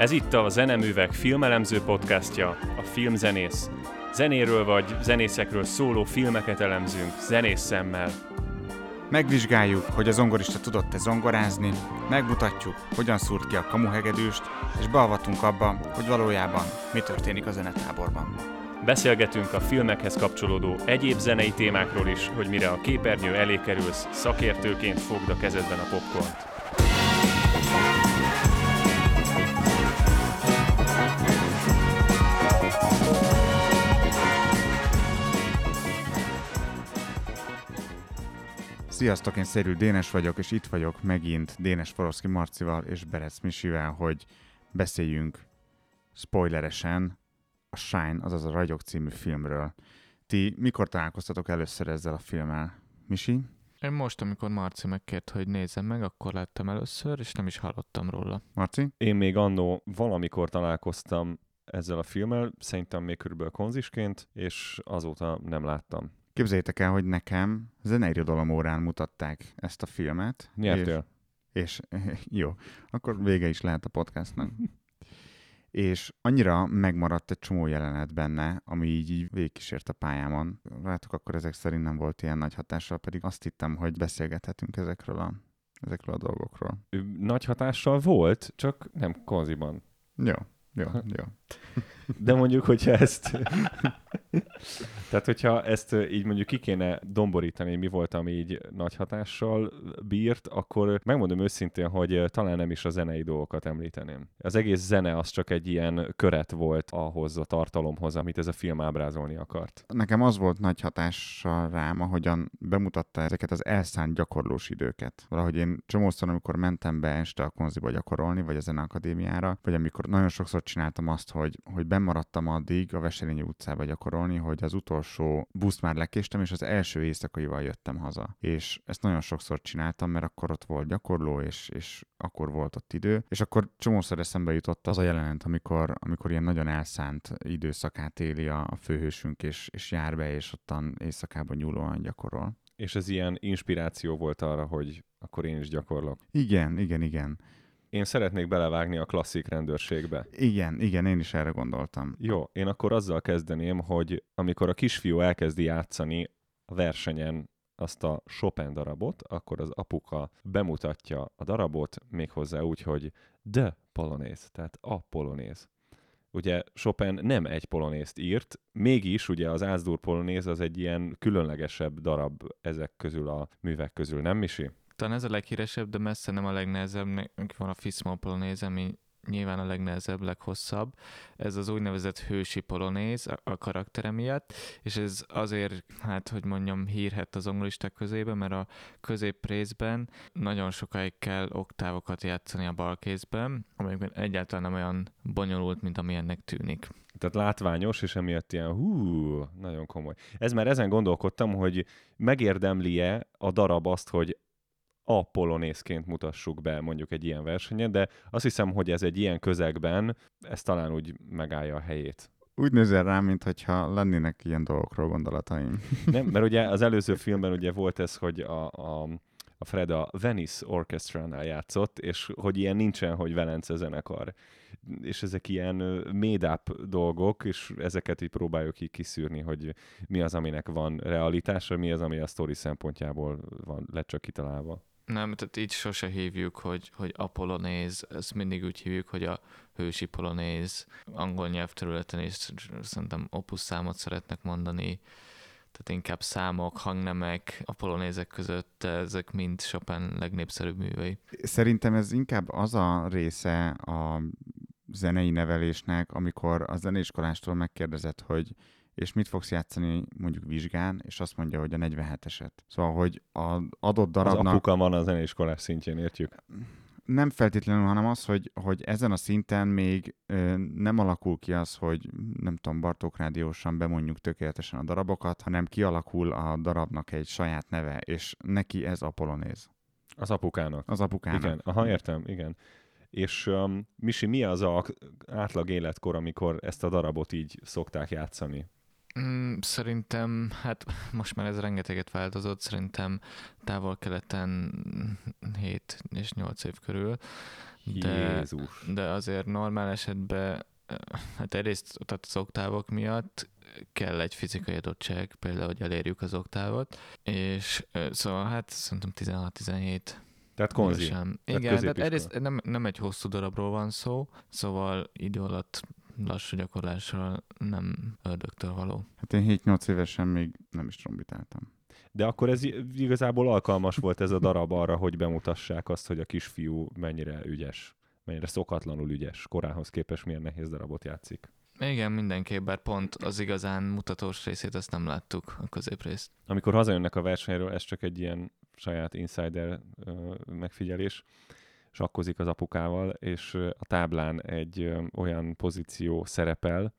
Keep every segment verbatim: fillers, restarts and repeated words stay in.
Ez itt a Zeneművek filmelemző podcastja, a Filmzenész. Zenéről vagy zenészekről szóló filmeket elemzünk zenész szemmel. Megvizsgáljuk, hogy a zongorista tudott-e zongorázni, megmutatjuk, hogyan szúrt ki a kamuhegedűst, és beavatunk abba, hogy valójában mi történik a zenetáborban. Beszélgetünk a filmekhez kapcsolódó egyéb zenei témákról is, hogy mire a képernyő elé kerülsz, szakértőként fogd a kezedben a popcornt. Sziasztok, én Szerű Dénes vagyok, és itt vagyok megint Dénes Foroszki Marcival és Berec Misivel, hogy beszéljünk spoileresen a Shine, azaz a Ragyog című filmről. Ti mikor találkoztatok először ezzel a filmmel? Misi? Én most, amikor Marci megkért, hogy nézzem meg, akkor láttam először, és nem is hallottam róla. Marci? Én még annó valamikor találkoztam ezzel a filmmel, szerintem még körülbelül konzisként, és azóta nem láttam. Képzeljétek el, hogy nekem zeneirodalom órán mutatták ezt a filmet. Nyertél. És, és jó, akkor vége is lehet a podcastnak. És annyira megmaradt egy csomó jelenet benne, ami így, így végigkísért a pályámon. Látok, akkor ezek szerint nem volt ilyen nagy hatással, pedig azt hittem, hogy beszélgethetünk ezekről a, ezekről a dolgokról. Nagy hatással volt, csak nem konziban. Jó, jó, jó. De mondjuk, hogyha ezt... Tehát, hogyha ezt így mondjuk ki kéne domborítani, mi volt, ami így nagy hatással bírt, akkor megmondom őszintén, hogy talán nem is a zenei dolgokat említeném. Az egész zene az csak egy ilyen köret volt ahhoz a tartalomhoz, amit ez a film ábrázolni akart. Nekem az volt nagy hatással rám, ahogyan bemutatta ezeket az elszánt gyakorlós időket. Valahogy én csomószor, amikor mentem be este a konziba gyakorolni, vagy a zeneakadémiára, vagy amikor nagyon sokszor csináltam azt, hogy, hogy bemaradtam addig a Veselényi utcába gyakorolni, hogy az utolsó buszt már lekéstem, és az első éjszakaival jöttem haza. És ezt nagyon sokszor csináltam, mert akkor ott volt gyakorló, és, és akkor volt ott idő. És akkor csomószor eszembe jutott az a jelenet, amikor, amikor ilyen nagyon elszánt időszakát éli a, a főhősünk, és, és jár be, és ottan éjszakában nyúlóan gyakorol. És ez ilyen inspiráció volt arra, hogy akkor én is gyakorlok. Igen, igen, igen. Én szeretnék belevágni a klasszik rendőrségbe. Igen, igen, én is erre gondoltam. Jó, én akkor azzal kezdeném, hogy amikor a kisfiú elkezdi játszani a versenyen azt a Chopin darabot, akkor az apuka bemutatja a darabot méghozzá úgy, hogy de polonéz, tehát a polonéz. Ugye Chopin nem egy polonézt írt, mégis ugye az Áz-dur polonéz az egy ilyen különlegesebb darab ezek közül a művek közül, nem Misi? Talán ez a leghíresebb, de messze nem a legnehezebb. Nekünk van a Fis-moll polonéz, ami nyilván a legnehezebb, leghosszabb. Ez az úgynevezett hősi polonéz a, a karaktere miatt, és ez azért, hát hogy mondjam, hírhett az zongoristák közében, mert a középrészben nagyon sokáig kell oktávokat játszani a bal kézben, amelyikben egyáltalán nem olyan bonyolult, mint ami ennek tűnik. Tehát látványos, és emiatt ilyen hú, nagyon komoly. Ez már ezen gondolkodtam, hogy megérdemli-e a darab azt, hogy a polonészként mutassuk be mondjuk egy ilyen versenyen, de azt hiszem, hogy ez egy ilyen közegben, ez talán úgy megállja a helyét. Úgy nézel rám, mintha lennének ilyen dolgokról gondolataim. Nem, mert ugye az előző filmben ugye volt ez, hogy a, a, a Fred a Venice Orchestra-nál játszott, és hogy ilyen nincsen, hogy Velence zenekar. És ezek ilyen made-up dolgok, és ezeket így próbáljuk így kiszűrni, hogy mi az, aminek van realitása, mi az, ami a sztori szempontjából van, lett csak kitalálva. Nem, tehát így sose hívjuk, hogy, hogy a polonéz, ezt mindig úgy hívjuk, hogy a hősi polonéz. Angol nyelvterületen is szerintem opus számot szeretnek mondani, tehát inkább számok, hangnemek a polonézek között, ezek mind Chopin legnépszerűbb művei. Szerintem ez inkább az a része a zenei nevelésnek, amikor a zeneiskolástól megkérdezett, hogy és mit fogsz játszani mondjuk vizsgán, és azt mondja, hogy a negyvenheteset. Szóval, hogy az adott darabnak... Az apuka van a zeneiskolás szintjén, értjük? Nem feltétlenül, hanem az, hogy, hogy ezen a szinten még ö, nem alakul ki az, hogy nem tudom, Bartók Rádiósan bemondjuk tökéletesen a darabokat, hanem kialakul a darabnak egy saját neve, és neki ez a polonéz. Az apukának. Az apukának. Igen, aha, értem, igen. És um, Misi, mi az a átlag életkor, amikor ezt a darabot így szokták játszani? Mm, szerintem, hát most már ez rengeteget változott, szerintem távol-keleten hét és nyolc év körül, de, Jézus. de azért normál esetben, eh, hát egyrészt tehát az oktávok miatt kell egy fizikai adottság, például, hogy elérjük az oktávot, és eh, szóval hát szerintem tizenhat tizenhét. Tehát konzi. Sem. Tehát Igen, tehát középiskola. egyrészt nem, nem egy hosszú darabról van szó, szóval idő alatt lassú gyakorlással nem ördögtől való. Hát én hét-nyolc évesen még nem is trombitáltam. De akkor ez igazából alkalmas volt ez a darab arra, hogy bemutassák azt, hogy a kisfiú mennyire ügyes, mennyire szokatlanul ügyes, korához képest milyen nehéz darabot játszik. Igen, mindenképp, bár pont az igazán mutatós részét azt nem láttuk, a középrészt. Amikor hazajönnek a versenyről, ez csak egy ilyen saját insider ö, megfigyelés, sakkozik az apukával, és a táblán egy ö, olyan pozíció szerepel,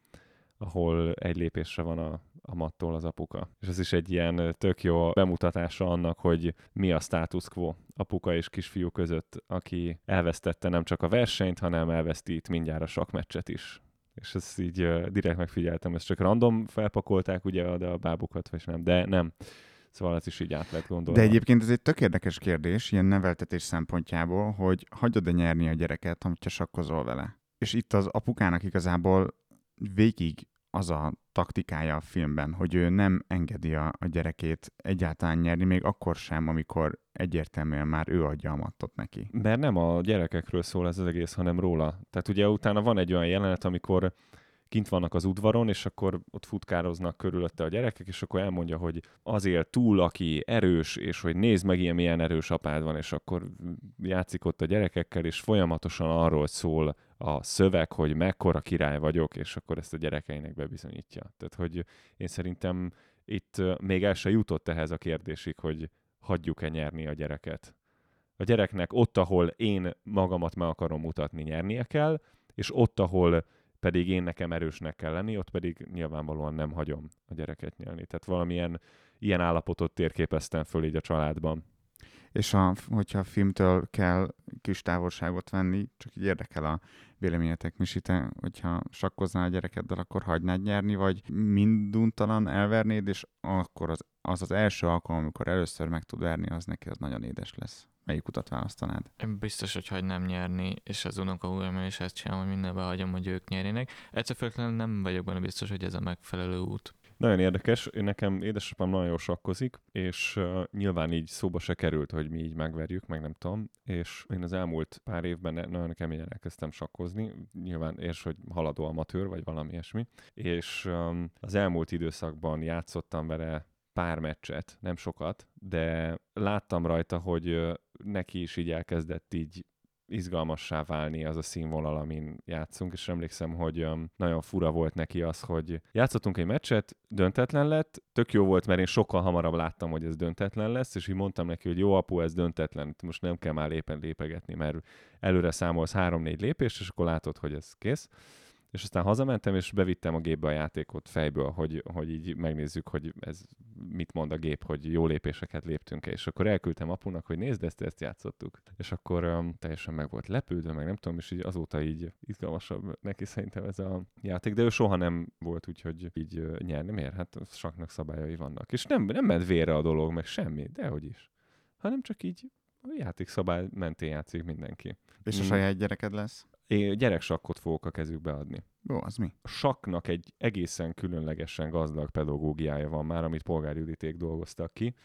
ahol egy lépésre van a, a mattól az apuka. És ez is egy ilyen tök jó bemutatása annak, hogy mi a status quo apuka és kisfiú között, aki elvesztette nem csak a versenyt, hanem elveszti itt mindjárt a sakkmeccset is. És ezt így uh, direkt megfigyeltem, ezt csak random felpakolták ugye a bábukat, vagy nem, de nem. Szóval ez is így át lehet gondolni. De egyébként ez egy tök érdekes kérdés, ilyen neveltetés szempontjából, hogy hagyod-e nyerni a gyereket, amit sakkozol vele. És itt az apukának igazából végig az a taktikája a filmben, hogy ő nem engedi a, a gyerekét egyáltalán nyerni, még akkor sem, amikor egyértelműen már ő adja a mattot neki. Mert nem a gyerekekről szól ez az egész, hanem róla. Tehát ugye utána van egy olyan jelenet, amikor kint vannak az udvaron, és akkor ott futkároznak körülötte a gyerekek, és akkor elmondja, hogy azért túl, aki erős, és hogy nézd meg, ilyen milyen erős apád van, és akkor játszik ott a gyerekekkel, és folyamatosan arról szól a szöveg, hogy mekkora király vagyok, és akkor ezt a gyerekeinek bebizonyítja. Tehát, hogy én szerintem itt még el se jutott ehhez a kérdésig, hogy hagyjuk-e nyerni a gyereket. A gyereknek ott, ahol én magamat meg akarom mutatni, nyernie kell, és ott, ahol pedig én nekem erősnek kell lenni, ott pedig nyilvánvalóan nem hagyom a gyereket nyelni. Tehát valamilyen ilyen állapotot térképeztem föl így a családban. És a, hogyha a filmtől kell kis távolságot venni, csak így érdekel a véleményetek, Misi, te, hogyha sakkoznál a gyerekeddel, akkor hagynád nyerni, vagy minduntalan elvernéd, és akkor az az, az első alkalom, amikor először meg tud verni, az neki az nagyon édes lesz. Melyik utat választanád? Én biztos, hogy hagynám nyerni, és az unokahúgám is ezt csinálom, hogy mindenben hagyom, hogy ők nyerjenek. Egyszer föltétlenül nem vagyok benne biztos, hogy ez a megfelelő út. Nagyon érdekes, én nekem édesapám nagyon jól sakkozik, és uh, nyilván így szóba se került, hogy mi így megverjük, meg nem tudom, és én az elmúlt pár évben nagyon keményen elkezdtem sakkozni, nyilván és hogy haladó amatőr, vagy valami ilyesmi, és um, az elmúlt időszakban játszottam vele pár meccset, nem sokat, de láttam rajta, hogy uh, neki is így elkezdett így izgalmassá válni az a színvonal, amin játszunk, és emlékszem, hogy um, nagyon fura volt neki az, hogy játszottunk egy meccset, döntetlen lett, tök jó volt, mert én sokkal hamarabb láttam, hogy ez döntetlen lesz, és így mondtam neki, hogy jó apu, ez döntetlen, most nem kell már lépen lépegetni, mert előre számolsz három-négy lépést, és akkor látod, hogy ez kész. És aztán hazamentem, és bevittem a gépbe a játékot fejből, hogy, hogy így megnézzük, hogy ez mit mond a gép, hogy jó lépéseket léptünk-e. És akkor elküldtem apunak, hogy nézd, ezt, ezt játszottuk. És akkor um, teljesen meg volt lepődve, meg nem tudom, és így azóta így izgalmasabb neki szerintem ez a játék. De ő soha nem volt úgy, hogy így uh, nyerni. Miért? Hát saknak szabályai vannak. És nem, nem ment vérre a dolog, meg semmi, dehogy is. Hanem csak így a játékszabály mentén játszik mindenki. És a Mm. saját gyereked lesz? Én gyereksakkot fogok a kezükbe adni. Jó, az mi? A sakknak egy egészen különlegesen gazdag pedagógiája van már, amit Polgár Juditék dolgoztak ki,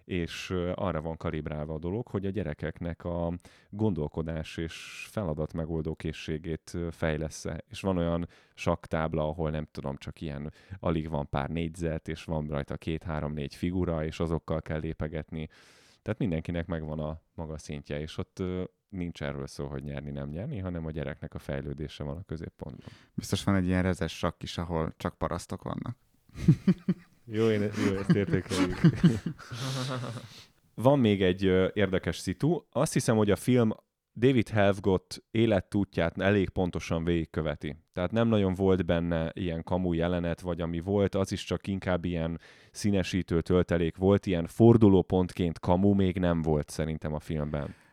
és arra van kalibrálva a dolog, hogy a gyerekeknek a gondolkodás és feladatmegoldó készségét fejlessze. És van olyan sakktábla, ahol nem tudom, csak ilyen alig van pár négyzet, és van rajta két-három-négy figura, és azokkal kell lépegetni. Tehát mindenkinek megvan a maga szintje, és ott nincs erről szó, hogy nyerni, nem nyerni, hanem a gyereknek a fejlődése van a középpontban. Biztos van egy ilyen rezes sakk is, ahol csak parasztok vannak. Jó, én jó, ezt értékeljük. Van még egy ö, érdekes szitu. Azt hiszem, hogy a film David Helfgott életútját elég pontosan végigköveti. Tehát nem nagyon volt benne ilyen kamu jelenet, vagy ami volt, az is csak inkább ilyen színesítő töltelék volt, ilyen fordulópontként kamu még nem volt szerintem a filmben.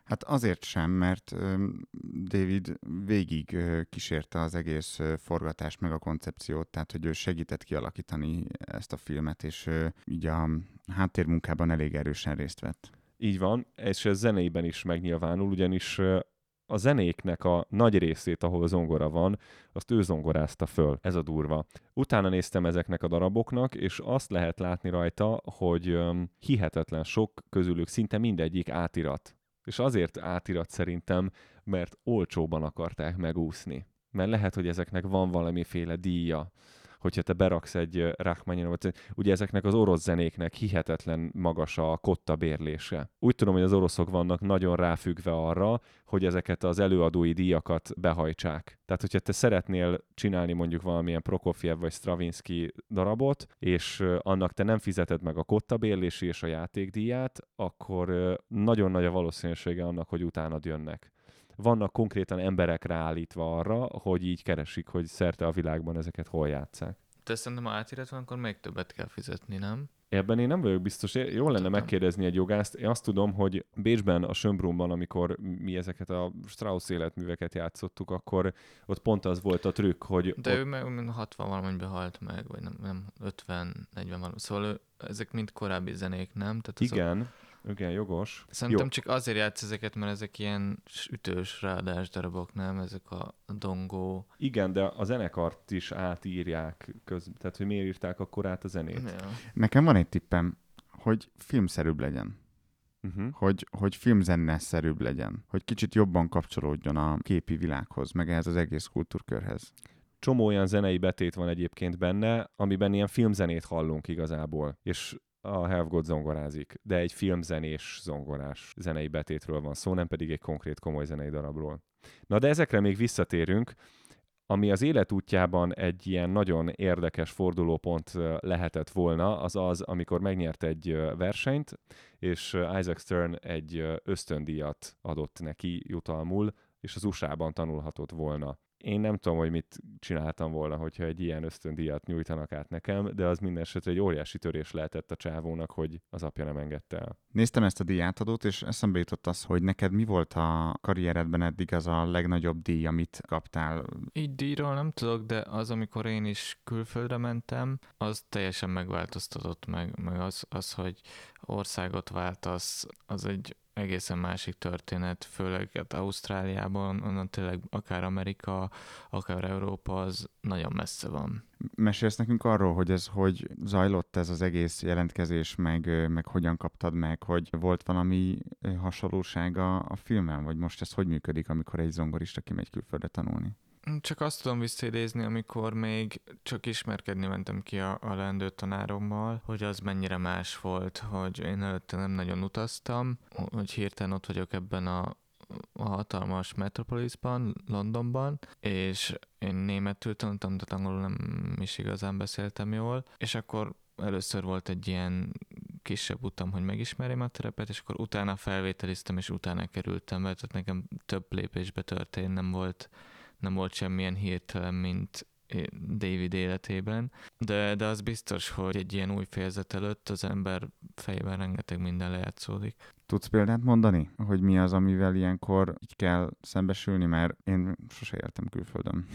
Hát azért sem, mert öm, David végig ö, kísérte az egész ö, forgatást, meg a koncepciót, tehát hogy ő segített kialakítani ezt a filmet, és ö, így a háttérmunkában elég erősen részt vett. Így van, és ez zeneiben is megnyilvánul, ugyanis ö, a zenéknek a nagy részét, ahol zongora van, azt ő zongorázta föl. Ez a durva. Utána néztem ezeknek a daraboknak, és azt lehet látni rajta, hogy öm, hihetetlen sok közülük, szinte mindegyik átirat. És azért átirat szerintem, mert olcsóban akarták megúszni. Mert lehet, hogy ezeknek van valamiféle díja, hogyha te beraksz egy Rachmaninovat, ugye ezeknek az orosz zenéknek hihetetlen magas a kotta bérlése. Úgy tudom, hogy az oroszok vannak nagyon ráfüggve arra, hogy ezeket az előadói díjakat behajtsák. Tehát, hogyha te szeretnél csinálni mondjuk valamilyen Prokofjev vagy Stravinsky darabot, és annak te nem fizeted meg a kotta bérlési és a játékdíját, akkor nagyon nagy a valószínűsége annak, hogy utánad jönnek. Vannak konkrétan emberek ráállítva arra, hogy így keresik, hogy szerte a világban ezeket hol játsszák. De szerintem, ha átirat van, akkor még többet kell fizetni, nem? Ebben én nem vagyok biztos. Jól lenne megkérdezni egy jogászt. Én azt tudom, hogy Bécsben, a Schönbrunn-ban, amikor mi ezeket a Strauss életműveket játszottuk, akkor ott pont az volt a trükk, hogy... De ott... ő meg hatvan valamennyiben halt meg, vagy nem, nem ötven negyven valami. Szóval ő, ezek mind korábbi zenék, nem? Tehát Igen. Azok... Igen, jogos. Szerintem Jó. csak azért játsz ezeket, mert ezek ilyen ütős ráadás darabok, nem? Ezek a dongó. Igen, de a zenekart is átírják köz... Tehát, hogy miért írták akkor át a zenét. Ja. Nekem van egy tippem, hogy filmszerűbb legyen. Uh-huh. Hogy, hogy filmzeneszerűbb legyen. Hogy kicsit jobban kapcsolódjon a képi világhoz, meg ehhez az egész kultúrkörhez. Csomó olyan zenei betét van egyébként benne, amiben ilyen filmzenét hallunk igazából. És a Helfgott zongorázik, de egy filmzenés zongorás zenei betétről van szó, nem pedig egy konkrét komoly zenei darabról. Na de ezekre még visszatérünk, ami az életútjában egy ilyen nagyon érdekes fordulópont lehetett volna, az az, amikor megnyert egy versenyt, és Isaac Stern egy ösztöndíjat adott neki jutalmul, és az u es á-ban tanulhatott volna. Én nem tudom, hogy mit csináltam volna, hogyha egy ilyen ösztöndíjat nyújtanak át nekem, de az minden esetre egy óriási törés lehetett a csávónak, hogy az apja nem engedte el. Néztem ezt a díjátadót, és eszembe jutott az, hogy neked mi volt a karrieredben eddig az a legnagyobb díj, amit kaptál? Így díjról nem tudok, de az, amikor én is külföldre mentem, az teljesen megváltoztatott meg, meg az, az, hogy országot váltasz, az egy egészen másik történet, főleg hát Ausztráliában, onnan tényleg akár Amerika, akár Európa, az nagyon messze van. Mesélsz nekünk arról, hogy ez hogy zajlott ez az egész jelentkezés, meg, meg hogyan kaptad meg, hogy volt valami hasonlósága a filmen, vagy most ez hogy működik, amikor egy zongorista kimegy külföldre tanulni? Csak azt tudom visszaidézni, amikor még csak ismerkedni mentem ki a, a leendő tanárommal, hogy az mennyire más volt, hogy én előtte nem nagyon utaztam, hogy hirtelen ott vagyok ebben a, a hatalmas Metropolisban, Londonban, és én németül tanultam, de angolul nem is igazán beszéltem jól, és akkor először volt egy ilyen kisebb utam, hogy megismerjem a terepet, és akkor utána felvételiztem, és utána kerültem be, tehát nekem több lépésbe történt, nem volt nem volt semmilyen hirtelen, mint David életében, de, de az biztos, hogy egy ilyen új fejezet előtt az ember fejében rengeteg minden lejátszódik. Tudsz példát mondani, hogy mi az, amivel ilyenkor így kell szembesülni, mert én sose éltem külföldön.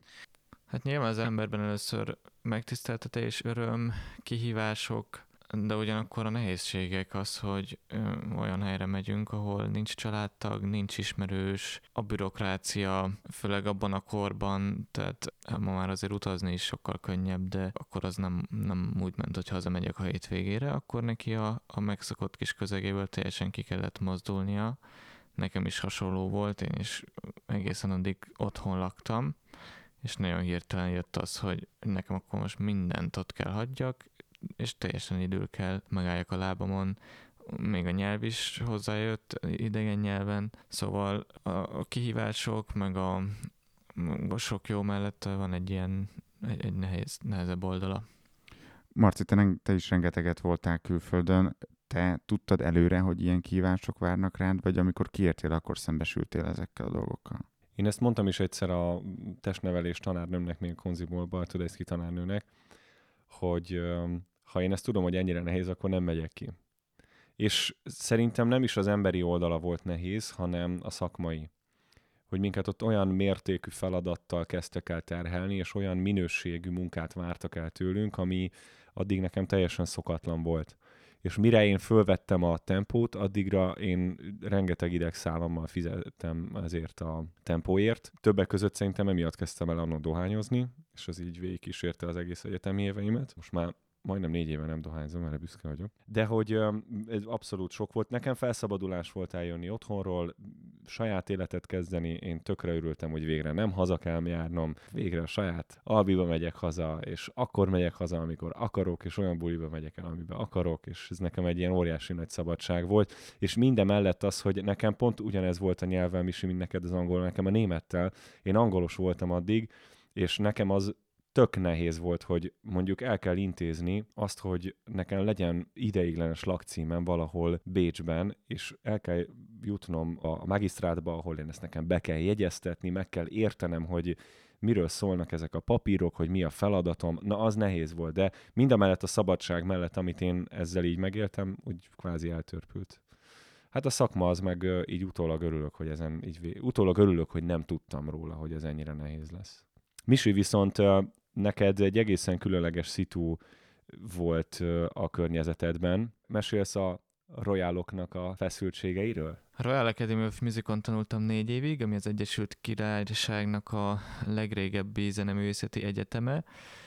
Hát nyilván az emberben először megtiszteltetés, öröm, kihívások, de ugyanakkor a nehézségek az, hogy ö, olyan helyre megyünk, ahol nincs családtag, nincs ismerős, a bürokrácia, főleg abban a korban, tehát ma már azért utazni is sokkal könnyebb, de akkor az nem, nem úgy ment, hogy hazamegyek a hétvégére, akkor neki a, a megszokott kis közegéből teljesen ki kellett mozdulnia. Nekem is hasonló volt, én is egészen addig otthon laktam, és nagyon hirtelen jött az, hogy nekem akkor most mindent ott kell hagyjak, és teljesen idő kell, megálljak a lábamon, még a nyelv is hozzájött idegen nyelven, szóval a, a kihívások, meg a, a sok jó mellett van egy ilyen, egy, egy nehéz, nehezebb oldala. Marci, te, te is rengeteget voltál külföldön, te tudtad előre, hogy ilyen kihívások várnak rád, vagy amikor kiértél, akkor szembesültél ezekkel a dolgokkal? Én ezt mondtam is egyszer a testnevelés tanárnőmnek, még Konziból, Bartodeszki tanárnőnek, hogy ha én ezt tudom, hogy ennyire nehéz, akkor nem megyek ki. És szerintem nem is az emberi oldala volt nehéz, hanem a szakmai. Hogy minket ott olyan mértékű feladattal kezdtek el terhelni, és olyan minőségű munkát vártak el tőlünk, ami addig nekem teljesen szokatlan volt. És mire én fölvettem a tempót, addigra én rengeteg idegszálammal fizettem ezért a tempóért. Többek között szerintem emiatt kezdtem el annól dohányozni, és az így végigkísérte az egész egyetemi éveimet. Most már majdnem négy éve nem dohányzom, erre büszke vagyok. De hogy ez abszolút sok volt. Nekem felszabadulás volt eljönni otthonról, saját életet kezdeni. Én tökre örültem, hogy végre nem haza kell járnom, végre a saját albiba megyek haza, és akkor megyek haza, amikor akarok, és olyan buliba megyek el, amiben akarok, és ez nekem egy ilyen óriási nagy szabadság volt. És minden mellett az, hogy nekem pont ugyanez volt a nyelvem is, mint neked az angol, nekem a némettel. Én angolos voltam addig, és nekem az tök nehéz volt, hogy mondjuk el kell intézni azt, hogy nekem legyen ideiglenes lakcímem valahol Bécsben, és el kell jutnom a magisztrátba, ahol én ezt nekem be kell jegyeztetni, meg kell értenem, hogy miről szólnak ezek a papírok, hogy mi a feladatom. Na, az nehéz volt, de mindamellett a szabadság mellett, amit én ezzel így megéltem, úgy kvázi eltörpült. Hát a szakma az meg így utólag örülök, hogy ezen így utólag örülök, hogy nem tudtam róla, hogy ez ennyire nehéz lesz. Misi, viszont neked egy egészen különleges szitu volt a környezetedben. Mesélsz a Royaloknak a feszültségeiről? A Royal Academy of Musicon tanultam négy évig, ami az Egyesült Királyságnak a legrégebbi zeneművészeti egyeteme,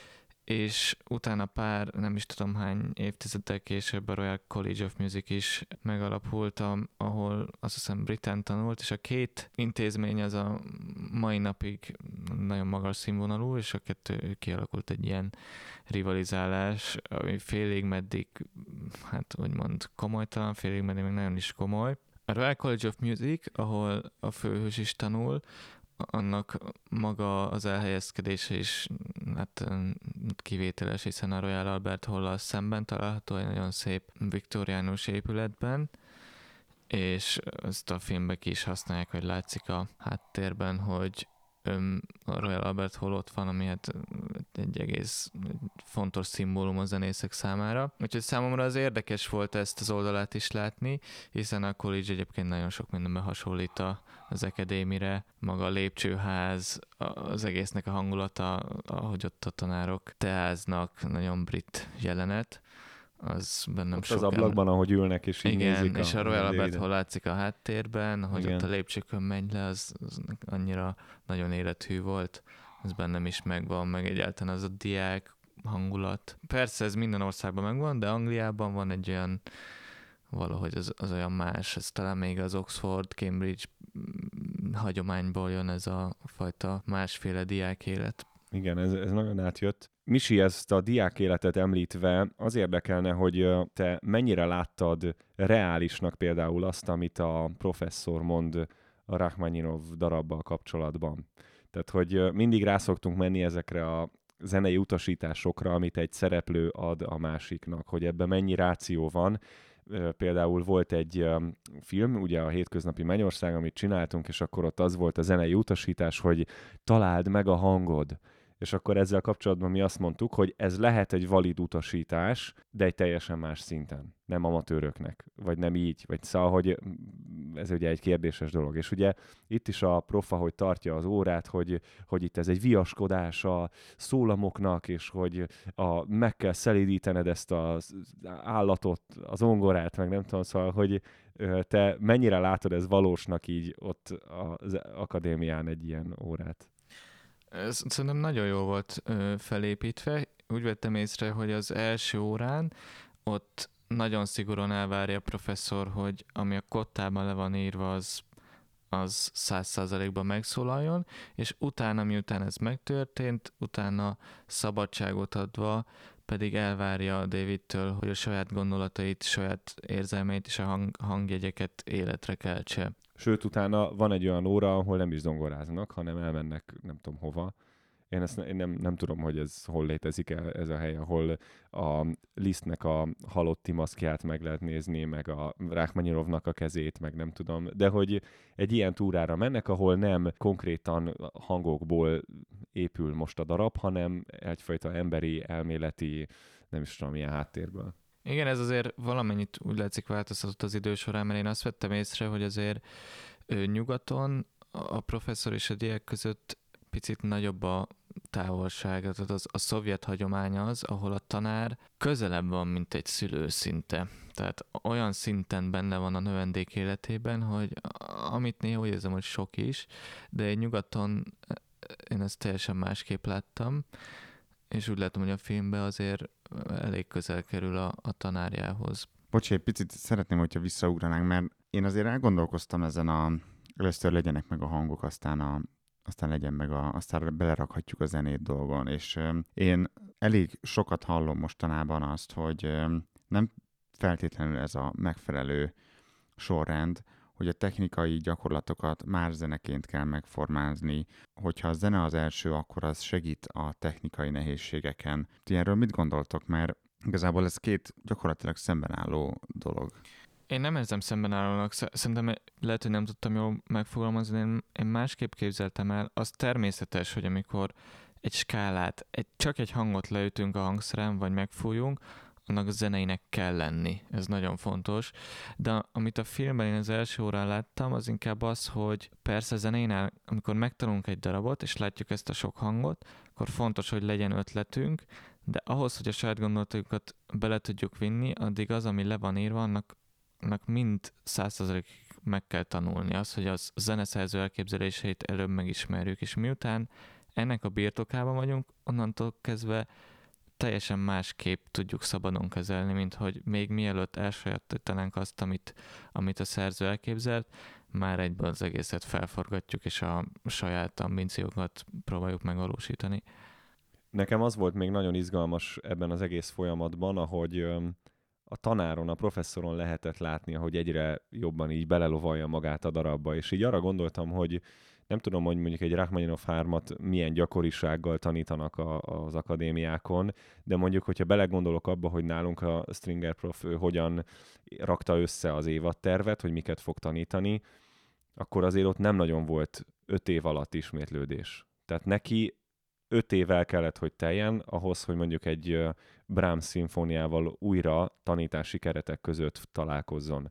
és utána pár, nem is tudom hány évtizedek később a Royal College of Music is megalapultam, ahol azt hiszem britán tanult, és a két intézmény az a mai napig nagyon magas színvonalú, és a kettő kialakult egy ilyen rivalizálás, ami félig meddig, hát úgymond komolytalan, félig meddig még nagyon is komoly. A Royal College of Music, ahol a főhős is tanul, annak maga az elhelyezkedése is hát, kivételes, hiszen a Royal Albert Hall-al szemben található egy nagyon szép viktoriánus épületben, és ezt a filmben ki is használják, hogy látszik a háttérben, hogy a Royal Albert Hall ott van, ami hát egy egész fontos szimbólum a zenészek számára. Úgyhogy számomra az érdekes volt ezt az oldalát is látni, hiszen a college egyébként nagyon sok mindenben hasonlít az akadémire, maga a lépcsőház, az egésznek a hangulata, ahogy ott a tanárok teáznak, nagyon brit jelenet. Az bennem ott sok az ablakban, ahogy ülnek, és így igen, nézik. és a, a Royal Albert Hall látszik a háttérben, hogy igen. ott a lépcsőkön megy le, az, az annyira nagyon élethű volt. Ez bennem is megvan, meg egyáltalán az a diák hangulat. Persze ez minden országban megvan, de Angliában van egy olyan, valahogy az, az olyan más, ez talán még az Oxford, Cambridge hagyományból jön ez a fajta másféle diák élet. Igen, ez, ez nagyon átjött. Misi, ezt a diák életet említve az érdekelne, hogy te mennyire láttad reálisnak például azt, amit a professzor mond a Rachmaninov darabbal kapcsolatban. Tehát, hogy mindig rászoktunk menni ezekre a zenei utasításokra, amit egy szereplő ad a másiknak, hogy ebben mennyi ráció van. Például volt egy film, ugye a Hétköznapi Mennyország, amit csináltunk, és akkor ott az volt a zenei utasítás, hogy találd meg a hangod. És akkor ezzel kapcsolatban mi azt mondtuk, hogy ez lehet egy valid utasítás, de egy teljesen más szinten. Nem amatőröknek, vagy nem így, vagy szóval, hogy ez ugye egy kérdéses dolog. És ugye itt is a profa, hogy tartja az órát, hogy, hogy itt ez egy viaskodás a szólamoknak, és hogy a, meg kell szelídítened ezt az állatot, az ongorát, meg nem tudom, szóval, hogy te mennyire látod ez valósnak így ott az akadémián egy ilyen órát? Ez szerintem nagyon jó volt ö, felépítve. Úgy vettem észre, hogy az első órán ott nagyon szigorúan elvárja a professzor, hogy ami a kottában le van írva, az az száz százalékban megszólaljon, és utána, miután ez megtörtént, utána szabadságot adva pedig elvárja Davidtől, hogy a saját gondolatait, saját érzelmeit és a hang, hangjegyeket életre keltse. Sőt, utána van egy olyan óra, ahol nem is zongoráznak, hanem elmennek nem tudom hova. Én, ezt én nem, nem tudom, hogy ez hol létezik ez a hely, ahol a Lisztnek a halotti maszkját meg lehet nézni, meg a Rachmaninovnak a kezét, meg nem tudom. De hogy egy ilyen túrára mennek, ahol nem konkrétan hangokból épül most a darab, hanem egyfajta emberi, elméleti, nem is tudom, milyen háttérből. Igen, ez azért valamennyit úgy látszik változtatott az idő során, mert én azt vettem észre, hogy azért ő, nyugaton a professzor és a diák között picit nagyobb a távolság, tehát az, a szovjet hagyomány az, ahol a tanár közelebb van, mint egy szülő szinte. Tehát olyan szinten benne van a növendék életében, hogy amit néha úgy érzem, hogy sok is, de egy nyugaton én ezt teljesen másképp láttam, és úgy látom, hogy a filmben azért elég közel kerül a, a tanárjához. Bocsi, egy picit szeretném, hogyha visszaugranánk, mert én azért elgondolkoztam ezen a... Először legyenek meg a hangok, aztán, a, aztán legyen meg a... Aztán belerakhatjuk a zenét dolgon. És um, én elég sokat hallom mostanában azt, hogy um, nem feltétlenül ez a megfelelő sorrend, hogy a technikai gyakorlatokat már zeneként kell megformázni. Hogyha a zene az első, akkor az segít a technikai nehézségeken. Ti erről mit gondoltok? Mert igazából ez két gyakorlatilag szemben álló dolog. Én nem érzem szemben állónak, szerintem lehet, hogy nem tudtam jól megfogalmazni, én, én másképp képzeltem el. Az természetes, hogy amikor egy skálát, egy, csak egy hangot leütünk a hangszeren, vagy megfújunk, annak a zeneinek kell lenni. Ez nagyon fontos. De amit a filmben én az első órán láttam, az inkább az, hogy persze a zenénál, amikor megtanulunk egy darabot, és látjuk ezt a sok hangot, akkor fontos, hogy legyen ötletünk, de ahhoz, hogy a saját gondolatokat bele tudjuk vinni, addig az, ami le van írva, annak, annak mind száz százalékig meg kell tanulni. Az, hogy az zeneszerző elképzeléseit előbb megismerjük, és miután ennek a birtokában vagyunk, onnantól kezdve teljesen másképp tudjuk szabadon kezelni, mint hogy még mielőtt elsajátítanánk azt, amit, amit a szerző elképzelt, már egyből az egészet felforgatjuk, és a saját ambíciókat próbáljuk megvalósítani. Nekem az volt még nagyon izgalmas ebben az egész folyamatban, ahogy a tanáron, a professzoron lehetett látni, hogy egyre jobban így belelovalja magát a darabba, és így arra gondoltam, hogy nem tudom, hogy mondjuk egy Rachmaninov hármat milyen gyakorisággal tanítanak a, az akadémiákon, de mondjuk, hogyha belegondolok abba, hogy nálunk a Stringer prof ő hogyan rakta össze az évadtervet, hogy miket fog tanítani, akkor azért ott nem nagyon volt öt év alatt ismétlődés. Tehát neki öt évvel kellett, hogy teljen ahhoz, hogy mondjuk egy Brahms szimfóniával újra tanítási keretek között találkozzon.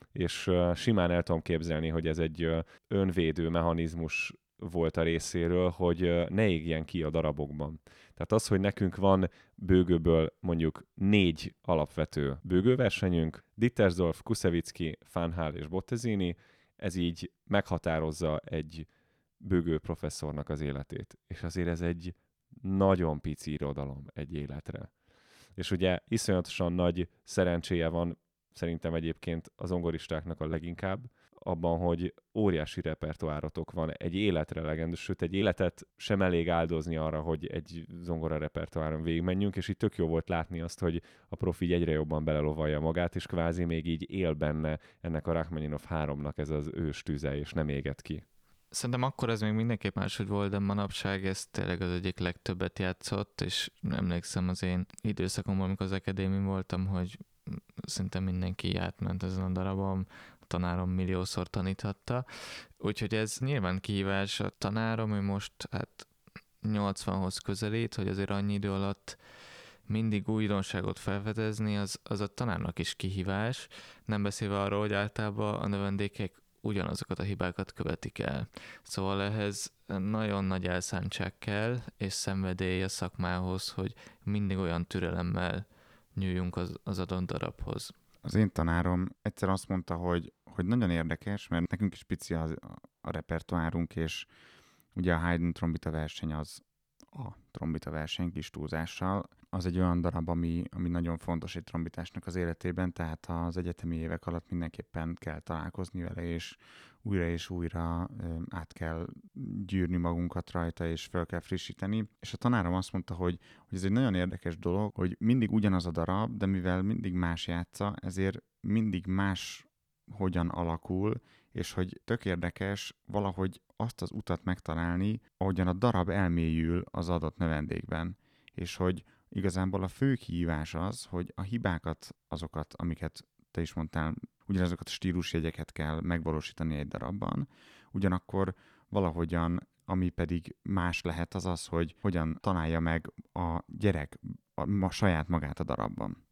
És simán el tudom képzelni, hogy ez egy önvédő mechanizmus volt a részéről, hogy ne égjen ki a darabokban. Tehát az, hogy nekünk van bőgőből mondjuk négy alapvető bőgőversenyünk, Dittersdorf, Kusevicki, Fanhal és Bottesini, ez így meghatározza egy bőgő professzornak az életét. És azért ez egy nagyon pici irodalom egy életre. És ugye iszonyatosan nagy szerencséje van szerintem egyébként az zongoristáknak a leginkább, abban, hogy óriási repertoárotok van, egy életre legendő, sőt egy életet sem elég áldozni arra, hogy egy zongora repertoáron végigmenjünk, és itt tök jó volt látni azt, hogy a profi így egyre jobban belelovalja magát, és kvázi még így él benne ennek a Rachmaninov háromnak ez az őstüze, és nem éget ki. Szerintem akkor ez még mindenképp máshogy volt, de manapság ez tényleg az egyik legtöbbet játszott, és emlékszem az én időszakomban, amikor az akadémin voltam, hogy szinte mindenki átment ezen a darabon, a tanárom milliószor taníthatta. Úgyhogy ez nyilván kihívás. A tanárom, ő most hát nyolcvanhoz közelít, hogy azért annyi idő alatt mindig újdonságot felfedezni, az, az a tanárnak is kihívás. Nem beszélve arról, hogy általában a növendékek ugyanazokat a hibákat követik el. Szóval ehhez nagyon nagy elszántság kell, és szenvedély a szakmához, hogy mindig olyan türelemmel nyúljunk az, az adott darabhoz. Az én tanárom egyszer azt mondta, hogy, hogy nagyon érdekes, mert nekünk is pici a, a repertoárunk, és ugye a Haydn trombita verseny az a trombita verseny kis túlzással. Az egy olyan darab, ami, ami nagyon fontos egy trombitásnak az életében, tehát az egyetemi évek alatt mindenképpen kell találkozni vele, és újra és újra ö, át kell gyűrni magunkat rajta, és fel kell frissíteni. És a tanárom azt mondta, hogy, hogy ez egy nagyon érdekes dolog, hogy mindig ugyanaz a darab, de mivel mindig más játsza, ezért mindig más hogyan alakul, és hogy tök érdekes valahogy azt az utat megtalálni, ahogyan a darab elmélyül az adott növendékben. És hogy igazából a fő kihívás az, hogy a hibákat, azokat, amiket te is mondtál, ugyanazokat a stílusjegyeket kell megvalósítani egy darabban, ugyanakkor valahogyan, ami pedig más lehet, az az, hogy hogyan találja meg a gyerek a, a saját magát a darabban.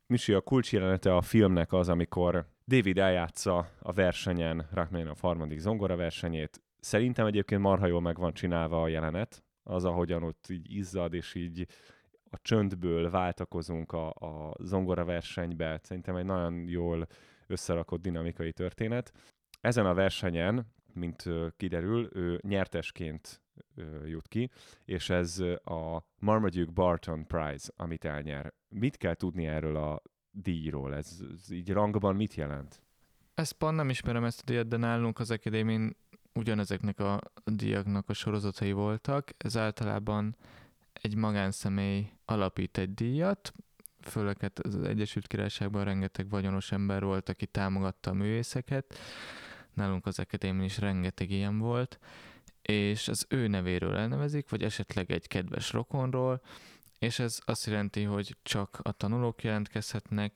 Misi, a kulcsjelenete a filmnek az, amikor David eljátsza a versenyen Rachmaninoff harmadik zongora versenyét. Szerintem egyébként marha jól meg van csinálva a jelenet, az, ahogyan ott így izzad, és így a csöndből váltakozunk a, a zongora versenybe. Szerintem egy nagyon jól összerakott dinamikai történet. Ezen a versenyen, mint ö, kiderül, ő nyertesként ö, jut ki, és ez a Marmaduke Barton Prize, amit elnyer. Mit kell tudni erről a díjról? Ez, ez így rangban mit jelent? Ezt pont nem ismerem ezt a díjat, de nálunk az akadémien ugyanezeknek a díjaknak a sorozatai voltak. Ez általában egy magánszemély alapít egy díjat, főleg hát az Egyesült Királyságban rengeteg vagyonos ember volt, aki támogatta a művészeket. Nálunk az akadémien is rengeteg ilyen volt, és az ő nevéről elnevezik, vagy esetleg egy kedves rokonról, és ez azt jelenti, hogy csak a tanulók jelentkezhetnek,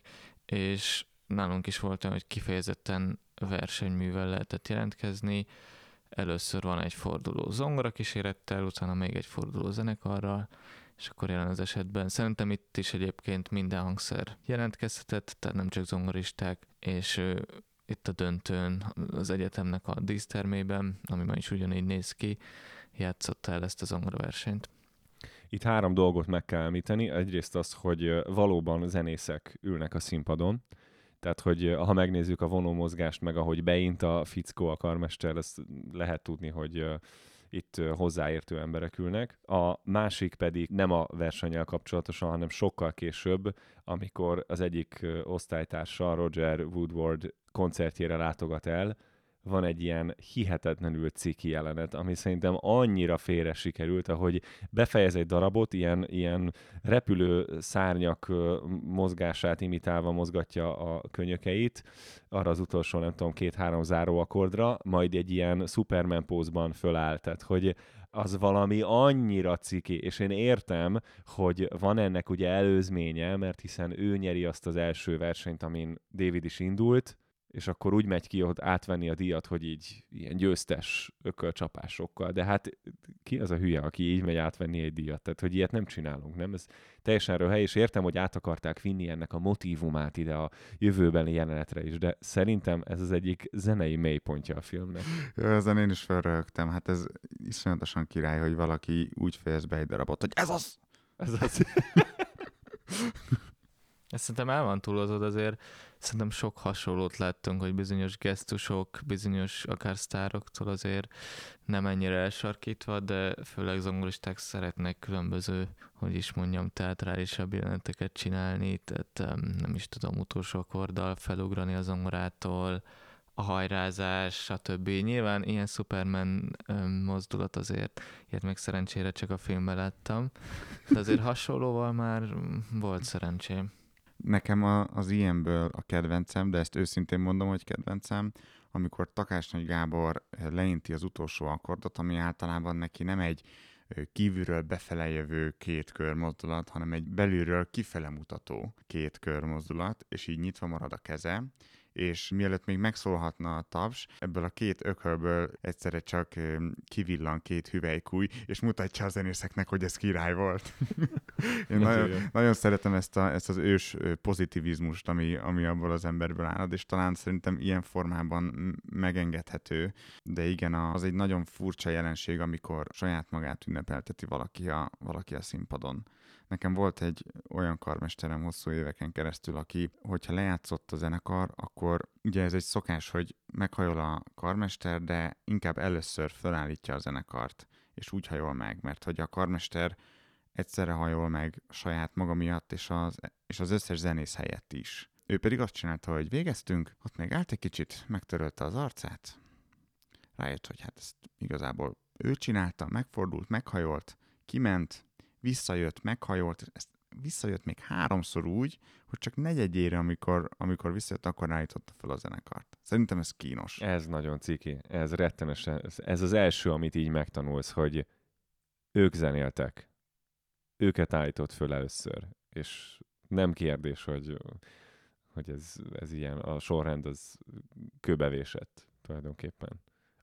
és nálunk is volt olyan, hogy kifejezetten versenyművel lehetett jelentkezni. Először van egy forduló zongora kísérettel, utána még egy forduló zenekarral, és akkor jelen az esetben szerintem itt is egyébként minden hangszer jelentkezhetett, tehát nem csak zongoristák, és ő, itt a döntőn az egyetemnek a dísztermében, ami ma is ugyanígy néz ki, játszotta el ezt a zongoraversenyt. Itt három dolgot meg kell említeni. Egyrészt az, hogy valóban zenészek ülnek a színpadon, tehát, hogy ha megnézzük a vonómozgást, meg ahogy beint a fickó, a karmester, ezt lehet tudni, hogy itt hozzáértő emberek ülnek. A másik pedig nem a versennyel kapcsolatosan, hanem sokkal később, amikor az egyik osztálytársa, Roger Woodward koncertjére látogat el, van egy ilyen hihetetlenül ciki jelenet, ami szerintem annyira félre sikerült, ahogy befejez egy darabot, ilyen, ilyen repülő szárnyak mozgását imitálva mozgatja a könyökeit, arra az utolsó, nem tudom, két-három záróakordra, majd egy ilyen Superman pózban föláll, tehát hogy az valami annyira ciki, és én értem, hogy van ennek ugye előzménye, mert hiszen ő nyeri azt az első versenyt, amin David is indult, és akkor úgy megy ki ott átvenni a díjat, hogy így ilyen győztes ökölcsapásokkal. De hát ki az a hülye, aki így megy átvenni egy díjat? Tehát, hogy ilyet nem csinálunk, nem? Ez teljesen röhely, és értem, hogy át akarták vinni ennek a motívumát ide a jövőbeli jelenetre is, de szerintem ez az egyik zenei mélypontja a filmnek. Ja, ezen én is felröhögtem. Hát ez iszonyatosan király, hogy valaki úgy fejez be egy darabot, hogy ez az! Ez az... Ezt szerintem el van túlozod, azért szerintem sok hasonlót láttunk, hogy bizonyos gesztusok, bizonyos akár sztároktól azért nem ennyire elsarkítva, de főleg zongoristák szeretnek különböző, hogy is mondjam, teátrálisabb jeleneteket csinálni, tehát nem is tudom, utolsó akkorddal felugrani a zongorától, a hajrázás, stb. Nyilván ilyen Superman mozdulat azért, ilyet meg szerencsére csak a filmben láttam, de azért hasonlóval már volt szerencsém. Nekem a, az ilyenből a kedvencem, de ezt őszintén mondom, hogy kedvencem, amikor Takács-Nagy Gábor leinti az utolsó akkordot, ami általában neki nem egy kívülről befele jövő két körmozdulat, hanem egy belülről kifele mutató két körmozdulat, és így nyitva marad a keze, és mielőtt még megszólhatna a taps, ebből a két ökölből egyszerre csak kivillan két hüvelykúj, és mutatja a zenészeknek, hogy ez király volt. Én nagyon, nagyon szeretem ezt, a, ezt az ős pozitivizmust, ami, ami abból az emberből állad, és talán szerintem ilyen formában megengedhető, de igen, az egy nagyon furcsa jelenség, amikor saját magát ünnepelteti valaki a, valaki a színpadon. Nekem volt egy olyan karmesterem hosszú éveken keresztül, aki, hogyha lejátszott a zenekar, akkor ugye ez egy szokás, hogy meghajol a karmester, de inkább először felállítja a zenekart, és úgy hajol meg, mert hogy a karmester egyszerre hajol meg saját maga miatt, és az, és az összes zenész helyett is. Ő pedig azt csinálta, hogy végeztünk, ott még állt egy kicsit, megtörölte az arcát, rájött, hogy hát ezt igazából ő csinálta, megfordult, meghajolt, kiment, visszajött, meghajolt, ezt visszajött még háromszor úgy, hogy csak negyedjére, amikor, amikor visszajött, akkor állította fel a zenekart. Szerintem ez kínos. Ez nagyon ciki. Ez rettenesen. Ez az első, amit így megtanulsz, hogy ők zenéltek. Őket állított föl először. És nem kérdés, hogy, hogy ez, ez ilyen, a sorrend az kőbevésett tulajdonképpen.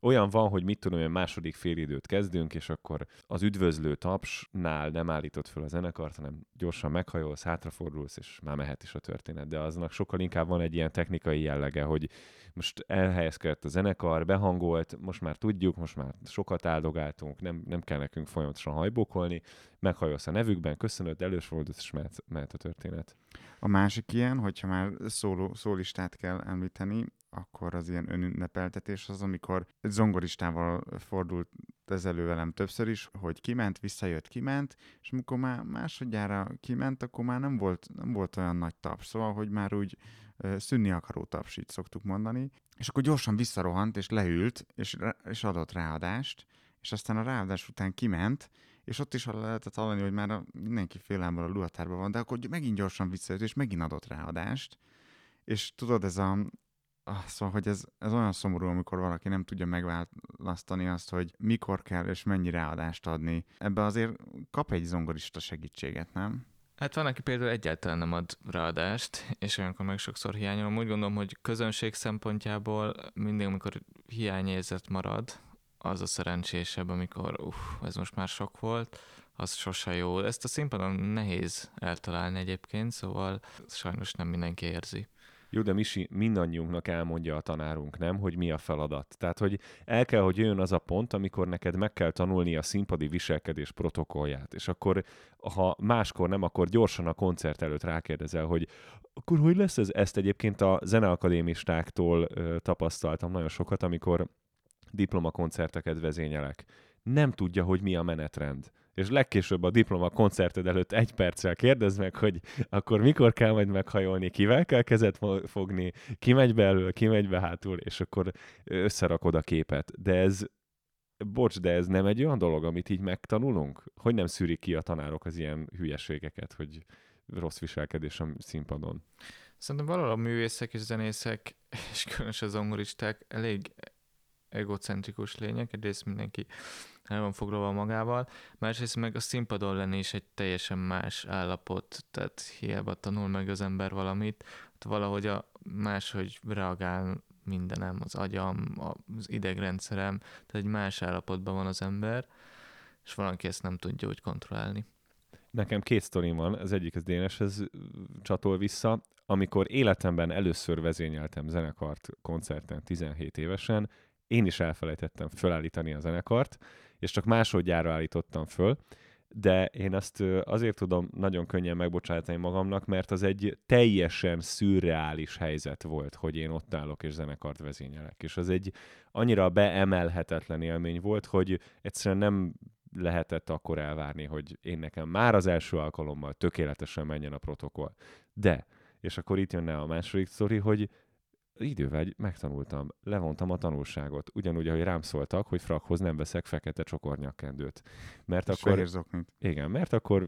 olyan van, hogy mit tudom, hogy második félidőt kezdünk, és akkor az üdvözlő tapsnál nem állítod fel a zenekart, hanem gyorsan meghajolsz, hátrafordulsz, és már mehet is a történet. De aznak sokkal inkább van egy ilyen technikai jellege, hogy most elhelyezkedett a zenekar, behangolt, most már tudjuk, most már sokat áldogáltunk, nem, nem kell nekünk folyamatosan hajbókolni, meghajolsz a nevükben, köszönöd, előfordulsz, és mehet, mehet a történet. A másik ilyen, hogyha már szóló, szólistát kell említeni, akkor az ilyen önünnepeltetés az, amikor egy zongoristával fordult ez elő velem többször is, hogy kiment, visszajött, kiment, és amikor már másodjára kiment, akkor már nem volt, nem volt olyan nagy taps, szóval, hogy már úgy uh, szűnni akaró taps, így szoktuk mondani, és akkor gyorsan visszarohant, és leült, és, és adott ráadást, és aztán a ráadás után kiment, és ott is lehetett hallani, hogy már a, mindenki félámból a luhatárban van, de akkor megint gyorsan visszajött, és megint adott ráadást. És tudod, ez a... Ah, szóval, hogy ez, ez olyan szomorú, amikor valaki nem tudja megválasztani azt, hogy mikor kell és mennyi ráadást adni. Ebbe azért kap egy zongorista segítséget, nem? Hát van, aki például egyáltalán nem ad ráadást, és olyankor meg sokszor hiányolom. Úgy gondolom, hogy közönség szempontjából mindig, amikor hiányérzet marad, az a szerencsésebb, amikor uff, ez most már sok volt, az sose jó. Ezt a színpadon nehéz eltalálni egyébként, szóval sajnos nem mindenki érzi. Jó, de Misi, mindannyiunknak elmondja a tanárunk, nem, hogy mi a feladat. Tehát, hogy el kell, hogy jöjjön az a pont, amikor neked meg kell tanulni a színpadi viselkedés protokollját. És akkor, ha máskor nem, akkor gyorsan a koncert előtt rákérdezel, hogy akkor hogy lesz ez? Ezt egyébként a zeneakadémistáktól ö, tapasztaltam nagyon sokat, amikor diplomakoncerteket vezényelek. Nem tudja, hogy mi a menetrend. És legkésőbb a diploma koncerted előtt egy perccel kérdezd meg, hogy akkor mikor kell majd meghajolni, kivel kell kezet fogni, ki megy be elől, ki megy be hátul, és akkor összerakod a képet. De ez, bocs, de ez nem egy olyan dolog, amit így megtanulunk? Hogy nem szűrik ki a tanárok az ilyen hülyeségeket, hogy rossz viselkedés a színpadon? Szerintem valahol a művészek és zenészek, és különösen a zongoristák elég egocentrikus lények, egyrészt mindenki el van foglalva magával, másrészt meg a színpadon lenni is egy teljesen más állapot, tehát hiába tanul meg az ember valamit, valahogy a máshogy reagál mindenem, az agyam, az idegrendszerem, tehát egy más állapotban van az ember, és valaki ezt nem tudja úgy kontrollálni. Nekem két sztorim van, az egyik az Déneshez csatol vissza, amikor életemben először vezényeltem zenekart koncerten tizenhét évesen, én is elfelejtettem fölállítani a zenekart, és csak másodjára állítottam föl, de én azt azért tudom nagyon könnyen megbocsátani magamnak, mert az egy teljesen szürreális helyzet volt, hogy én ott állok és zenekart vezényelek. És az egy annyira beemelhetetlen élmény volt, hogy egyszerűen nem lehetett akkor elvárni, hogy én nekem már az első alkalommal tökéletesen menjen a protokoll. De, és akkor itt jönne a második sztori, hogy idővel megtanultam, levontam a tanulságot. Ugyanúgy, ahogy rám szóltak, hogy frakhoz nem veszek fekete csokornyakkendőt. Mert és akkor... zoknit. Igen, mert akkor